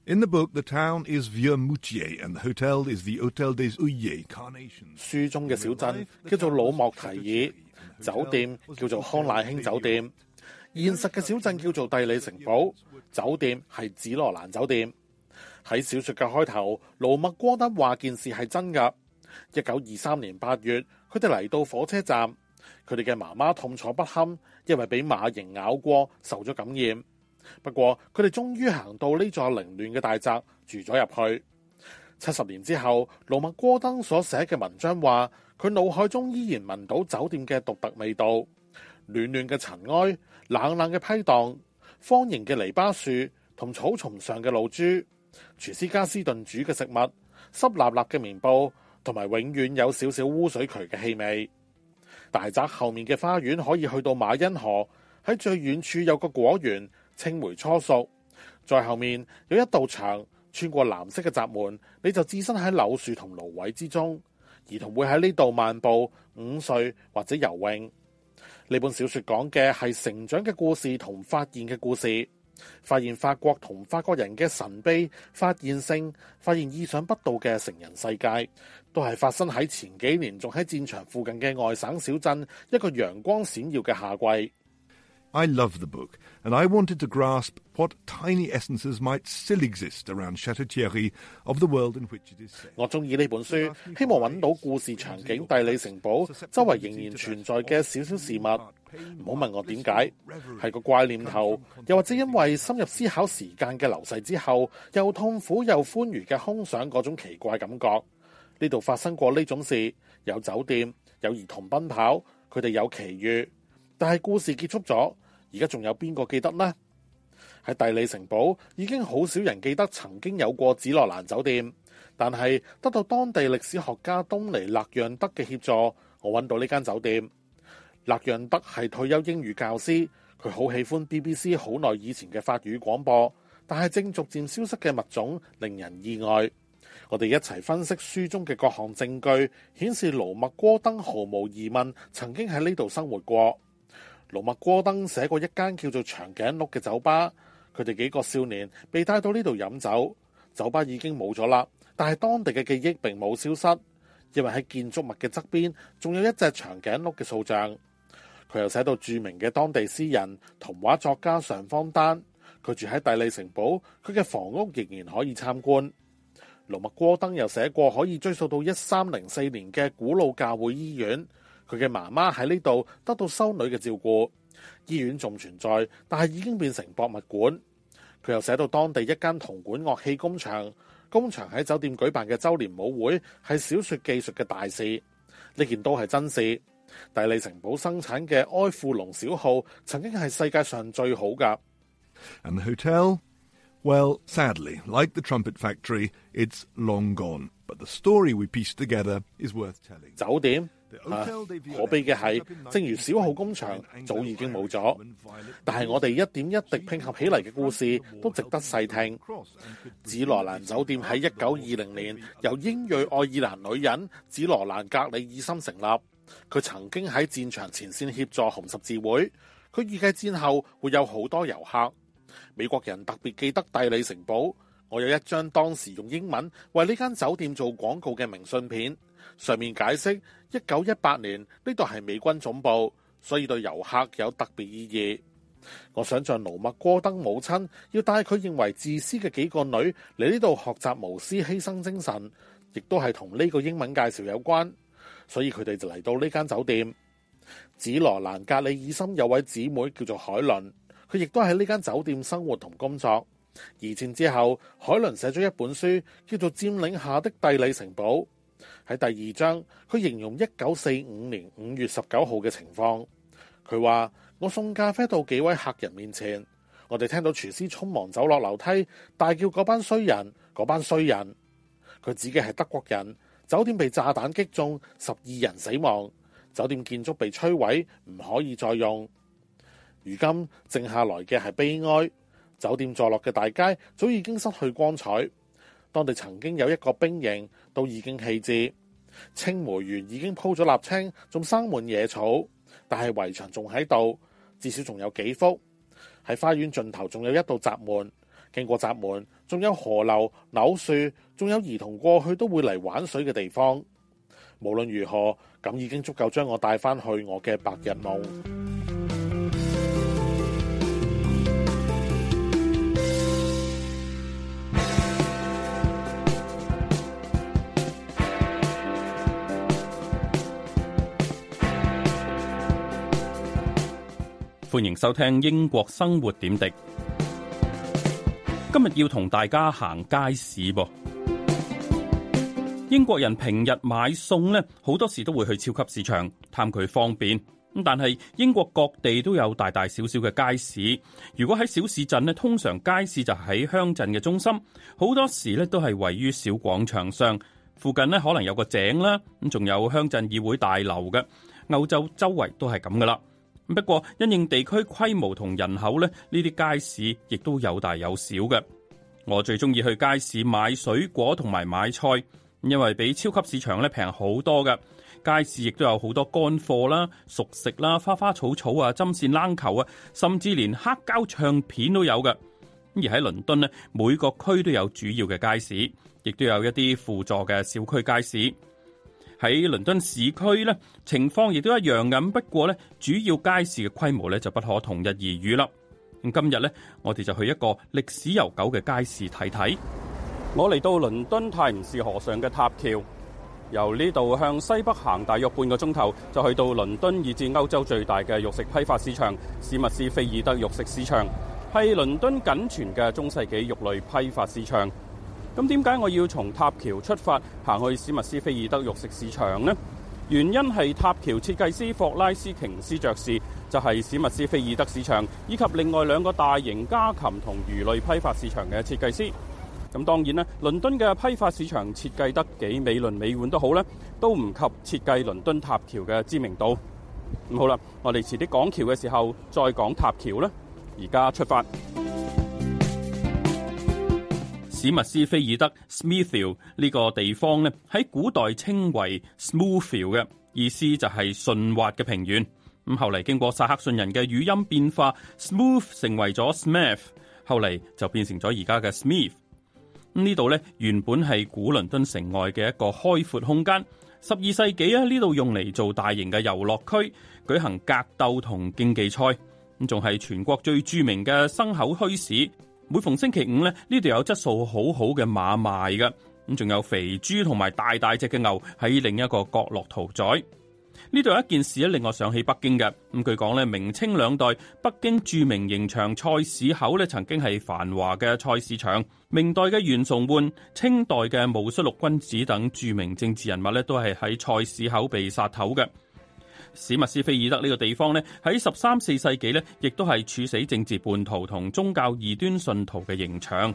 In the book, the town is Vieux-Moutier, and the hotel is the Hôtel des Œillets Carnation. 書中嘅小鎮叫做老莫提爾，酒店叫做康乃馨酒店。現實嘅小鎮叫做蒂里城堡，酒店係紫羅蘭酒店。喺小說嘅開頭，盧麥戈登話件事係真㗎。1923年8月，佢哋嚟到火車站，佢哋嘅媽媽痛楚不堪，因為俾馬蠅咬過，受咗感染。不過佢哋終於行到呢座凌亂嘅大宅，住咗入去。70年之後，盧麥戈登所寫嘅文章話，佢腦海中依然聞到酒店嘅獨特味道，暖暖嘅塵埃，冷冷嘅批盪，方形嘅籬笆樹同草叢上嘅露珠，廚師加斯頓煮嘅食物，濕立立嘅棉布，同埋永遠有少少污水渠嘅氣味。大宅後面嘅花園可以去到馬恩河，喺最遠處有個果園，青梅初熟。再後面有一道牆，穿過藍色嘅閘門，你就置身喺柳樹同蘆葦之中。兒童會喺呢度漫步、午睡或者游泳。呢本小說講嘅係成長嘅故事同發現嘅故事，發現法國同法國人嘅神秘、發現性、發現意想不到嘅成人世界，都係發生喺前幾年仲喺戰場附近嘅外省小鎮一個陽光閃耀嘅夏季。 I love the book, and I wanted to grasp what tiny essences might still exist around Château-Thierry of the world in which it is set. 我中意呢本書，希望揾到故事場景蒂里城堡周圍仍然存在嘅小小事物。唔好問我點解，係個怪念頭，又或者因為深入思考時間嘅流逝之後，又痛苦又歡愉嘅空想嗰種奇怪感覺。呢度發生過呢種事，有酒店，有兒童奔跑，佢哋有奇遇，但係故事結束咗。而家仲有邊個記得呢？喺蒂里城堡已經好少人記得曾經有過紫羅蘭酒店，但係得到當地歷史學家東尼勒讓德嘅協助，我揾到呢間酒店。勒讓德係退休英語教師，佢好喜歡 BBC 好耐以前嘅法語廣播，但係正逐漸消失嘅物種令人意外。我哋一齊分析書中嘅各項證據，顯示盧麥戈登毫無疑問曾經喺呢度生活過。盧麥戈登寫過一間叫做長頸鹿嘅酒吧，佢哋幾個少年被帶到呢度飲酒，酒吧已經冇咗啦，但係當地嘅記憶並冇消失，因為喺建築物嘅側邊仲有一隻長頸鹿嘅塑像。佢又寫到著名嘅當地詩人、童話作家尚方丹，佢住喺蒂里城堡，佢嘅房屋仍然可以參觀。盧麥戈登又寫過可以追溯到1304年嘅古老教會醫院。佢嘅媽媽喺呢度得到修女嘅照顧，醫院仲存在，但係已經變成博物館。佢又寫到當地一間銅管樂器工場，工場喺酒店舉辦嘅周年舞會係小說技術嘅大事，呢件都係真事。蒂里城堡生產嘅埃富隆小號曾經係世界上最好㗎。 And the hotel? Well, sadly, like the trumpet factory, it's long gone. But the story we pieced together is worth telling. 酒店？可悲嘅係，正如小號工場早已經冇咗，但係我哋一點一滴拼合起嚟嘅故事都值得細聽。紫羅蘭酒店喺1920年由英裔愛爾蘭女人紫羅蘭格里爾森成立，佢曾經喺戰場前線協助紅十字會，佢預計戰後會有好多遊客。美國人特別記得蒂里城堡，我有一張當時用英文為呢間酒店做廣告嘅明信片，上面解釋1918年呢度係美軍總部，所以對遊客有特別意義。我想像盧麥戈登母親要帶佢認為自私嘅幾個女嚟呢度學習無私犧牲精神，亦都係同呢個英文介紹有關，所以佢哋就嚟到呢間酒店。紫羅蘭格里爾森有位姊妹叫做海倫，佢亦都喺呢間酒店生活同工作。二戰之後，海倫寫咗一本書叫做《佔領下的蒂里城堡》。喺第2章，佢形容1945年5月19號嘅情況。佢話：我送咖啡到幾位客人面前，我哋聽到廚師匆忙走落樓梯，大叫嗰班衰人，嗰班衰人。佢指嘅係德國人。酒店被炸彈擊中，12人死亡。酒店建築被摧毀，唔可以再用。如今剩下來嘅係悲哀。酒店坐落嘅大街早已經失去光彩。當地曾經有一個兵營，都已經棄置。青梅園已經鋪咗瀝青，仲生滿野草，但係圍牆仲喺度，至少仲有幾幅。喺花園盡頭仲有一道閘門， 經過閘門，仲有河流、柳樹，仲有兒童過去都會嚟玩水嘅地方。無論如何，咁已經足夠將我帶返去我嘅白日夢。 歡迎收聽英國生活點滴。今日要同大家行街市噃。英國人平日買餸呢，好多時都會去超級市場，貪佢方便。咁但係英國各地都有大大小小嘅街市。如果喺小市鎮呢，通常街市就喺鄉鎮嘅中心，好多時呢都係位於小廣場上。附近呢可能有個井啦，咁仲有鄉鎮議會大樓嘅。歐洲周圍都係咁噶啦。不過因應地區規模同人口呢，呢啲街市亦都有大有小嘅。我最中意去街市買水果同埋買菜，因為比超級市場咧平好多嘅。街市亦都有好多乾貨啦、熟食啦、花花草草啊、針線冷球啊，甚至連黑膠唱片都有嘅。而喺倫敦呢，每個區都有主要嘅街市，亦都有一啲輔助嘅小區街市。喺倫敦市區呢，情況亦都一樣咁，不過呢，主要街市嘅規模呢就不可同日而語啦。咁今日呢，我哋就去一個歷史悠久嘅街市睇睇。我嚟到倫敦泰晤士河上嘅塔橋，由呢度向西北行大約半個鐘頭，就去到倫敦以至歐洲最大嘅肉食批發市場史密斯菲爾德肉食市場，係倫敦僅存嘅中世紀肉類批發市場。咁點解我要從塔橋出發行去史密斯菲爾德肉食市場呢？原因係塔橋設計師霍拉斯瓊斯爵士就係史密斯菲爾德市場以及另外兩個大型家禽同魚類批發市場嘅設計師。咁當然咧，倫敦嘅批發市場設計得幾美輪美奐都好咧，都唔及設計倫敦塔橋嘅知名度。咁好啦，我哋遲啲講橋嘅時候再講塔橋啦。而家出發。史密斯菲爾德 Smithfield 呢個地方呢，喺古代稱為 Smoothfield 嘅意思就係順滑嘅平原。咁後嚟經過薩克遜人嘅語音變化 ，Smooth 成為咗 Smith， 後嚟就變成咗而家嘅 Smith。呢度呢，原本係古倫敦城外嘅一個開闊空間。12世紀啊，呢度用嚟做大型嘅遊樂區，舉行格鬥同競技賽。咁仲係全國最著名嘅牲口墟市。每逢星期五呢，呢度有質素好好嘅馬賣嘅，咁仲有肥豬同埋大大隻嘅牛喺另一個角落屠宰。呢度有一件事令我想起北京嘅。咁據講呢，明清兩代北京著名刑場菜市口呢曾經係繁華嘅菜市場。明代嘅袁崇煥、清代嘅戊戌六君子等著名政治人物呢都係喺菜市口被殺頭嘅。史密斯菲爾德呢個地方呢，喺13、14世紀呢，亦都係處死政治叛徒同宗教異端信徒嘅刑場。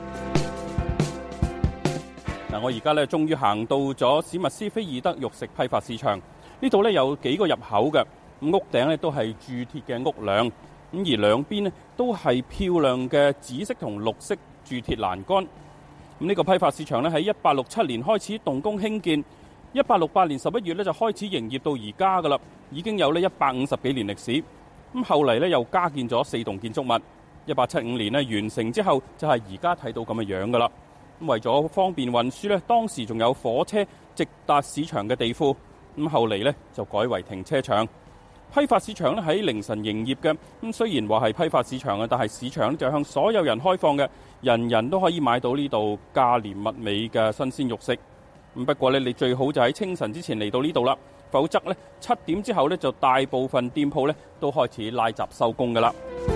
嗱，我而家呢，終於行到咗史密斯菲爾德肉食批發市場。呢度呢，有幾個入口嘅，屋頂呢都係鑄鐵嘅屋梁，咁而兩邊呢都係漂亮嘅紫色同綠色鑄鐵欄杆。咁呢個批發市場呢，喺1867年開始動工興建。1868年11月咧就開始營業到而家噶啦，已經有呢150幾年歷史。咁後嚟咧又加建咗4棟建築物。1875年咧完成之後，就係而家睇到咁嘅樣噶啦。咁為咗方便運輸咧，當時仲有火車直達市場嘅地庫。咁後嚟咧就改為停車場。批發市場咧喺凌晨營業嘅。咁雖然話係批發市場啊，但係市場就向所有人開放嘅，人人都可以買到呢度價廉物美嘅新鮮肉食。不過咧，你最好就喺清晨之前嚟到呢度啦，否則咧7點之後咧就大部分店鋪咧都開始拉閘收工噶啦。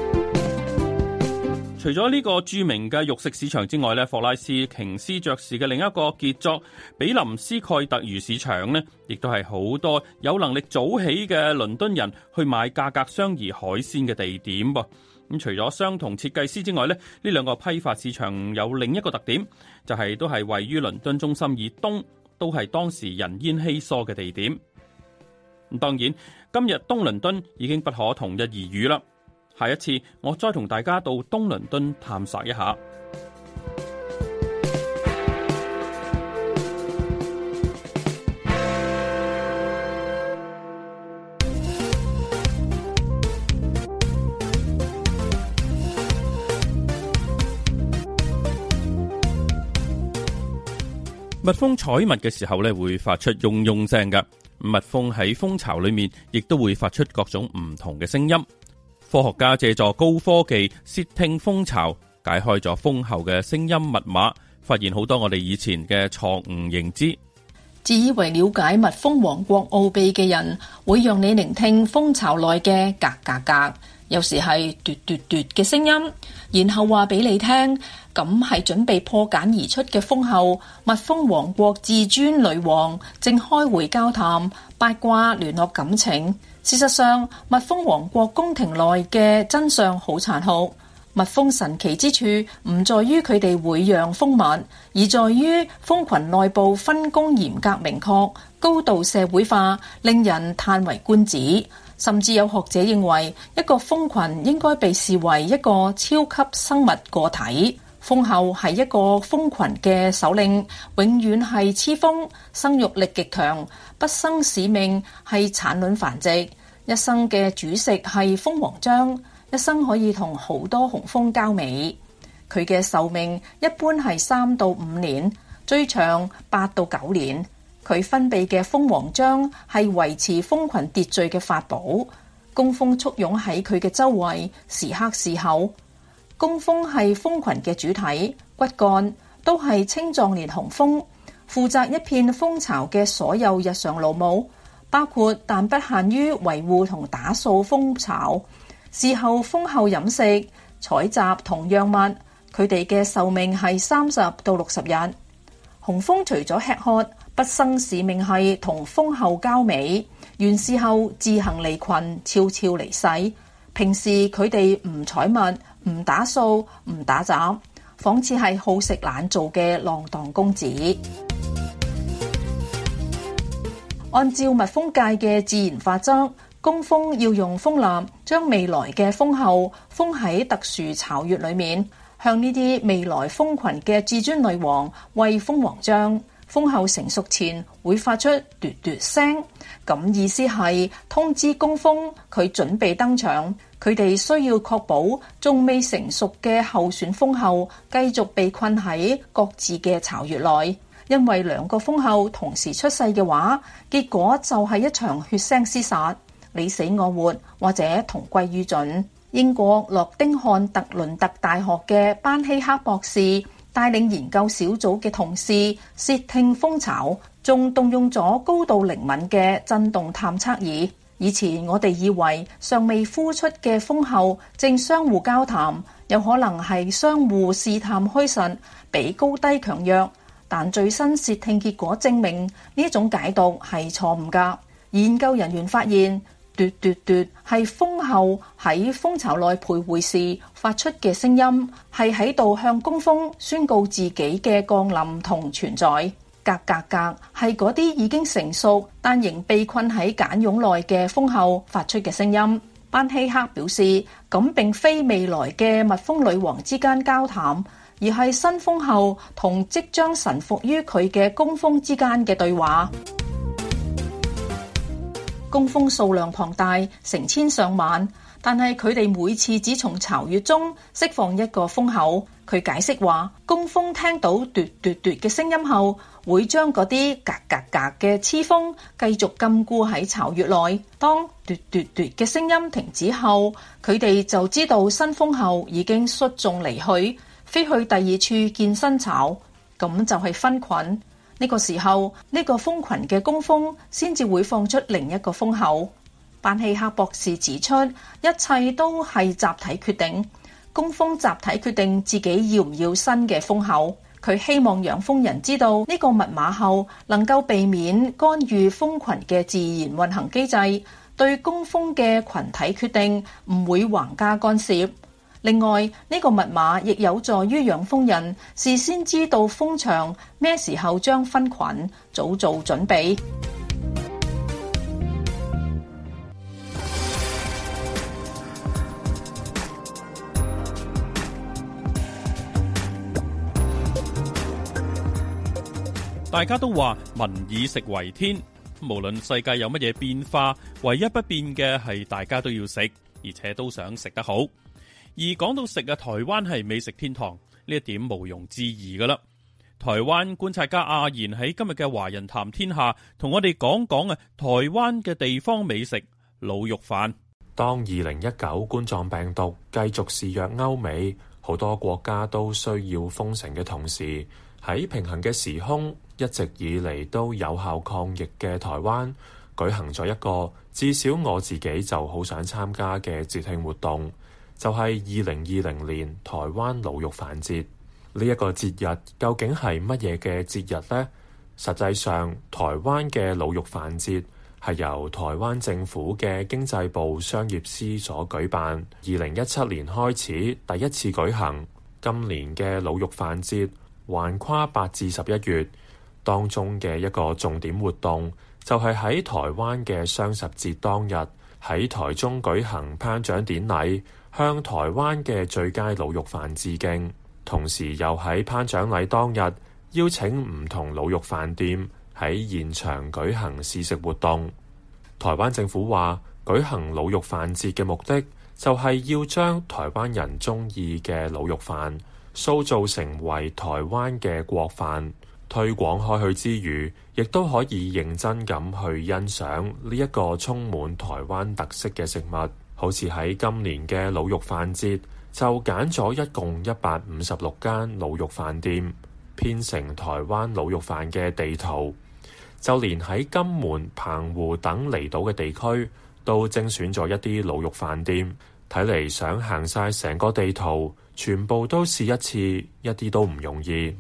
除咗呢個著名嘅肉食市場之外咧，霍拉斯瓊斯爵士嘅另一個傑作比林斯蓋特魚市場呢，亦都係好多有能力早起嘅倫敦人去買價格相宜海鮮嘅地點噃。咁除咗相同設計師之外咧，呢兩個批發市場有另一個特點，就係都係位於倫敦中心以東，都係當時人煙稀疏嘅地點。咁當然，今日東倫敦已經不可同日而語啦。下一次我再同大家到東倫敦探索一下。 蜜蜂採蜜嘅時候咧，會發出嗡嗡聲嘅。蜜蜂喺蜂巢裏面亦都會發出各種唔同嘅聲音。科學家借助高科技竊聽蜂巢，解開咗蜂后嘅聲音密碼，發現好多我哋以前嘅錯誤認知。 自以為了解蜜蜂王國奧秘嘅人，會讓你聆聽蜂巢內嘅格格格，有時係嘟嘟嘟嘅聲音，然後話俾你聽，咁係準備破繭而出嘅蜂后。蜜蜂王國至尊女王正開會交談，八卦聯絡感情。事實上，蜜蜂王國宮廷內嘅真相好殘酷。蜜蜂神奇之處唔在於佢哋會釀蜂蜜，而在於蜂群內部分工嚴格明確，高度社會化，令人嘆為觀止。甚至有學者認為，一個蜂群應該被視為一個超級生物個體。蜂后係一個蜂群嘅首領，永遠係雌蜂，生育力極強，畢生使命係產卵繁殖，一生嘅主食係蜂王漿。一生可以同好多雄蜂交尾，佢嘅壽命一般係3到5年，最長8到9年。佢分泌嘅蜂王漿係維持蜂群秩序嘅法寶，工蜂簇擁喺佢嘅周圍，時刻侍候。工蜂係蜂群嘅主體，骨幹都係青壯年雄蜂，負責一片蜂巢嘅所有日常勞務，包括但不限於維護同打掃蜂巢，侍候蜂后飲食、採集同養蜜。佢哋嘅壽命係30到60日。雄蜂除咗吃喝，畢生使命係同蜂后交尾，完事後自行離群，悄悄離世。平時佢哋唔採蜜、唔打掃、唔打雜，仿似係好食懶做嘅浪蕩公子。按照蜜蜂界嘅自然法則，工蜂要用蜂蠟將未來嘅蜂后封喺特殊巢穴裏面，向呢啲未來蜂群嘅至尊女王餵蜂王漿。蜂后成熟前會發出嘟嘟聲，咁意思係通知工蜂佢準備登場。佢哋需要確保仲未成熟嘅候選蜂后繼續被困喺各自嘅巢穴內，因為2個蜂后同時出世嘅話，結果就係一場血腥廝殺，你死我活，或者同歸於盡。英國諾丁漢特倫特大學嘅班希克博士帶領研究小組嘅同事竊聽蜂巢，仲動用咗高度靈敏嘅震動探測儀。以前我哋以為尚未孵出嘅蜂后正相互交談，有可能係相互試探虛實，比高低強弱。但最新竊聽結果證明呢種解讀係錯誤㗎。研究人員發現，嘟嘟嘟係蜂后喺蜂巢內徘徊時發出嘅聲音，係喺度向工蜂宣告自己嘅降臨同存在。格格格係嗰啲已經成熟但仍被困喺繭蛹內嘅蜂后發出嘅聲音。班希克表示，咁並非未來嘅蜜蜂女王之間交談，而係新蜂后同即將臣服於佢嘅工蜂之間嘅對話。工蜂數量龐大，成千上萬，但係佢哋每次只從巢穴中釋放一個蜂后。佢解釋話，工蜂聽到嘟嘟嘟嘅聲音後，會將嗰啲格格格嘅雌蜂繼續禁錮喺巢穴內。當嘟嘟嘟嘅聲音停止後，佢哋就知道新蜂后已經率眾離去，飛去第2處建新巢，咁就係分群。呢個時候，呢個蜂群嘅工蜂先至會放出另一個蜂后。班希克博士指出，一切都係集體決定。工蜂集體決定自己要唔要新嘅蜂后。佢希望養蜂人知道呢個密碼後，能夠避免干預蜂群嘅自然運行機制，對工蜂嘅群體決定唔會橫加干涉。另外，呢個密碼亦有助於養蜂人事先知道蜂場咩時候將分群，早做準備。 大家都話民以食為天，無論世界有乜嘢變化，唯一不變嘅係大家都要食，而且都想食得好。而講到食啊，台灣係美食天堂，呢一點毋庸置疑噶啦。 台灣觀察家阿賢喺今日嘅華人談天下同我哋講講台灣嘅地方美食滷肉飯。 當2019冠狀病毒繼續肆虐歐美，好多國家都需要封城嘅同時，喺平衡嘅時空，一直以嚟都有效抗疫嘅台灣舉行咗一個至少我自己就好想參加嘅節慶活動，就係2020年台灣滷肉飯節。呢一個節日究竟係乜嘢嘅節日呢？實際上，台灣嘅滷肉飯節係由台灣政府嘅經濟部商業司所舉辦，2017年開始第一次舉行。今年嘅滷肉飯節橫跨8至11月，當中嘅一個重點活動就係喺台灣嘅雙十節當日喺台中舉行頒獎典禮，向台灣嘅最佳滷肉飯致敬。同時又喺頒獎禮當日邀請唔同滷肉飯店喺現場舉行試食活動。台灣政府話，舉行滷肉飯節嘅目的就係要將台灣人中意嘅滷肉飯塑造成為台灣嘅國飯，推廣開去之餘，亦都可以認真咁去欣賞呢一個充滿台灣特色嘅食物。好似喺今年嘅滷肉飯節，就揀咗一共156間滷肉飯店，編成台灣滷肉飯嘅地圖。就連喺金門、澎湖等離島嘅地區，都精選咗一啲滷肉飯店。睇嚟想行晒成個地圖，全部都試一次，一啲都唔容易。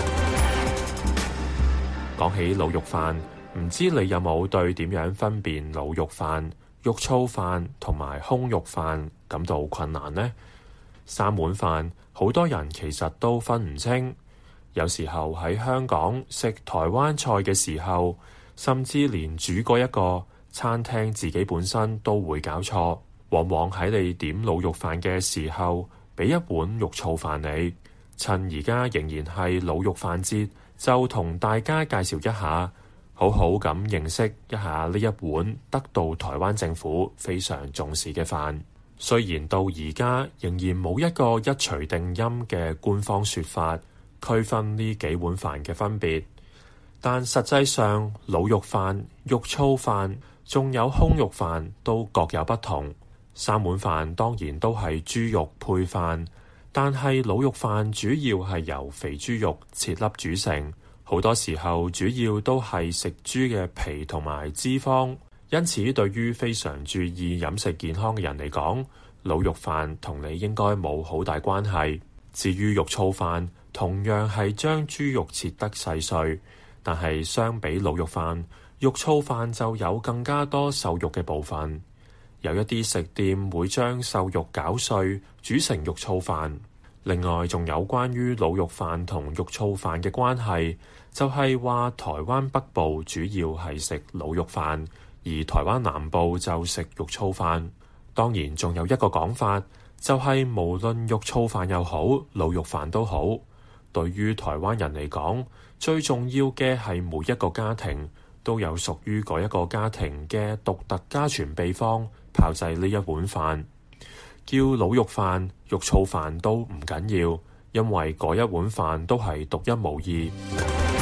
講起滷肉飯，唔知你有冇對點樣分辨滷肉飯、肉燥飯同埋空肉飯感到困難呢？3碗飯，好多人其實都分唔清。有時候喺香港食台灣菜嘅時候，甚至連煮嗰一個餐廳自己本身都會搞錯。往往喺你點滷肉飯嘅時候，俾一碗肉燥飯你。趁而家仍然係滷肉飯節，就同大家介紹一下，好好咁認識一下呢一碗得到台灣政府非常重視嘅飯。雖然到而家仍然冇一個一錘定音嘅官方說法區分呢幾碗飯嘅分別，但實際上滷肉飯、肉燥飯仲有空肉飯都各有不同。3碗飯當然都係豬肉配飯，但係滷肉飯主要係由肥豬肉切粒煮成，好多時候主要都係食豬嘅皮同埋脂肪。因此，對於非常注意飲食健康嘅人嚟講，滷肉飯同你應該冇好大關係。至於肉燥飯，同樣係將豬肉切得細碎，但係相比滷肉飯，肉燥飯就有更加多瘦肉嘅部分。有一啲食店會將瘦肉攪碎煮成肉燥飯。另外，仲有關於滷肉飯同肉燥飯嘅關係，就係話台灣北部主要係食滷肉飯，而台灣南部就食肉燥飯。當然仲有一個講法，就係無論肉燥飯又好，滷肉飯都好，對於台灣人嚟講，最重要嘅係每一個家庭都有屬於嗰一個家庭嘅獨特家傳秘方炮製呢一碗飯。叫滷肉飯、肉燥飯都唔緊要，因為嗰一碗飯都係獨一無二。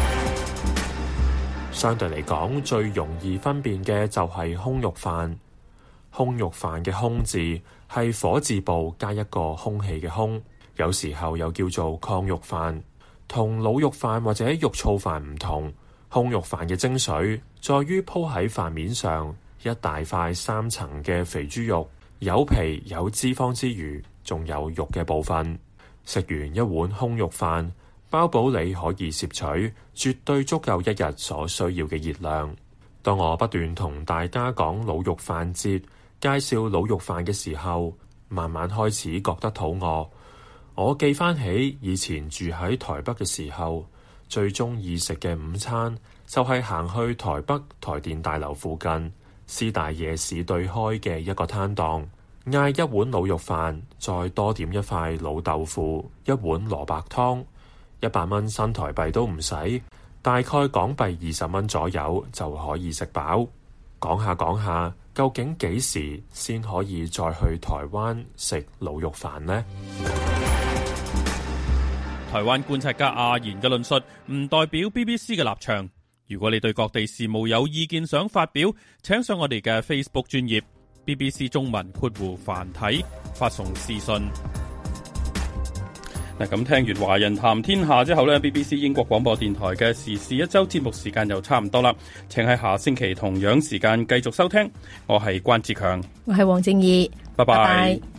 相對嚟講，最容易分辨嘅就係空肉飯。空肉飯嘅空字係火字部加一個空氣嘅空，有時候又叫做炕肉飯。同滷肉飯或者肉燥飯唔同，空肉飯嘅精髓在於鋪喺飯面上一大塊3層嘅肥豬肉，有皮有脂肪之餘，仲有肉嘅部分。食完一碗空肉飯，包保你可以攝取絕對足夠一日所需要嘅熱量。當我不斷同大家講滷肉飯節，介紹滷肉飯嘅時候，慢慢開始覺得肚餓。我記翻起以前住喺台北嘅時候，最中意食嘅午餐就係行去台北台電大樓附近師大夜市對開嘅一個攤檔，嗌一碗滷肉飯，再多點一塊老豆腐，一碗蘿蔔湯，100蚊新台幣都唔使，大概港幣20蚊左右就可以食飽。講下講下，究竟幾時先可以再去台灣食滷肉飯呢？ 台灣觀察家阿言嘅論述唔代表 BBC 嘅立場。如果你對各地事務有意見想發表，請上我哋嘅 Facebook 專頁 BBC 中文括弧繁體發送私信。嗱，咁聽完華人談天下之後呢， BBC 英國廣播電台嘅時事一周節目時間又差唔多啦，請喺下星期同樣時間繼續收聽。我係關志強， 我係黃正義， 拜拜。 拜拜。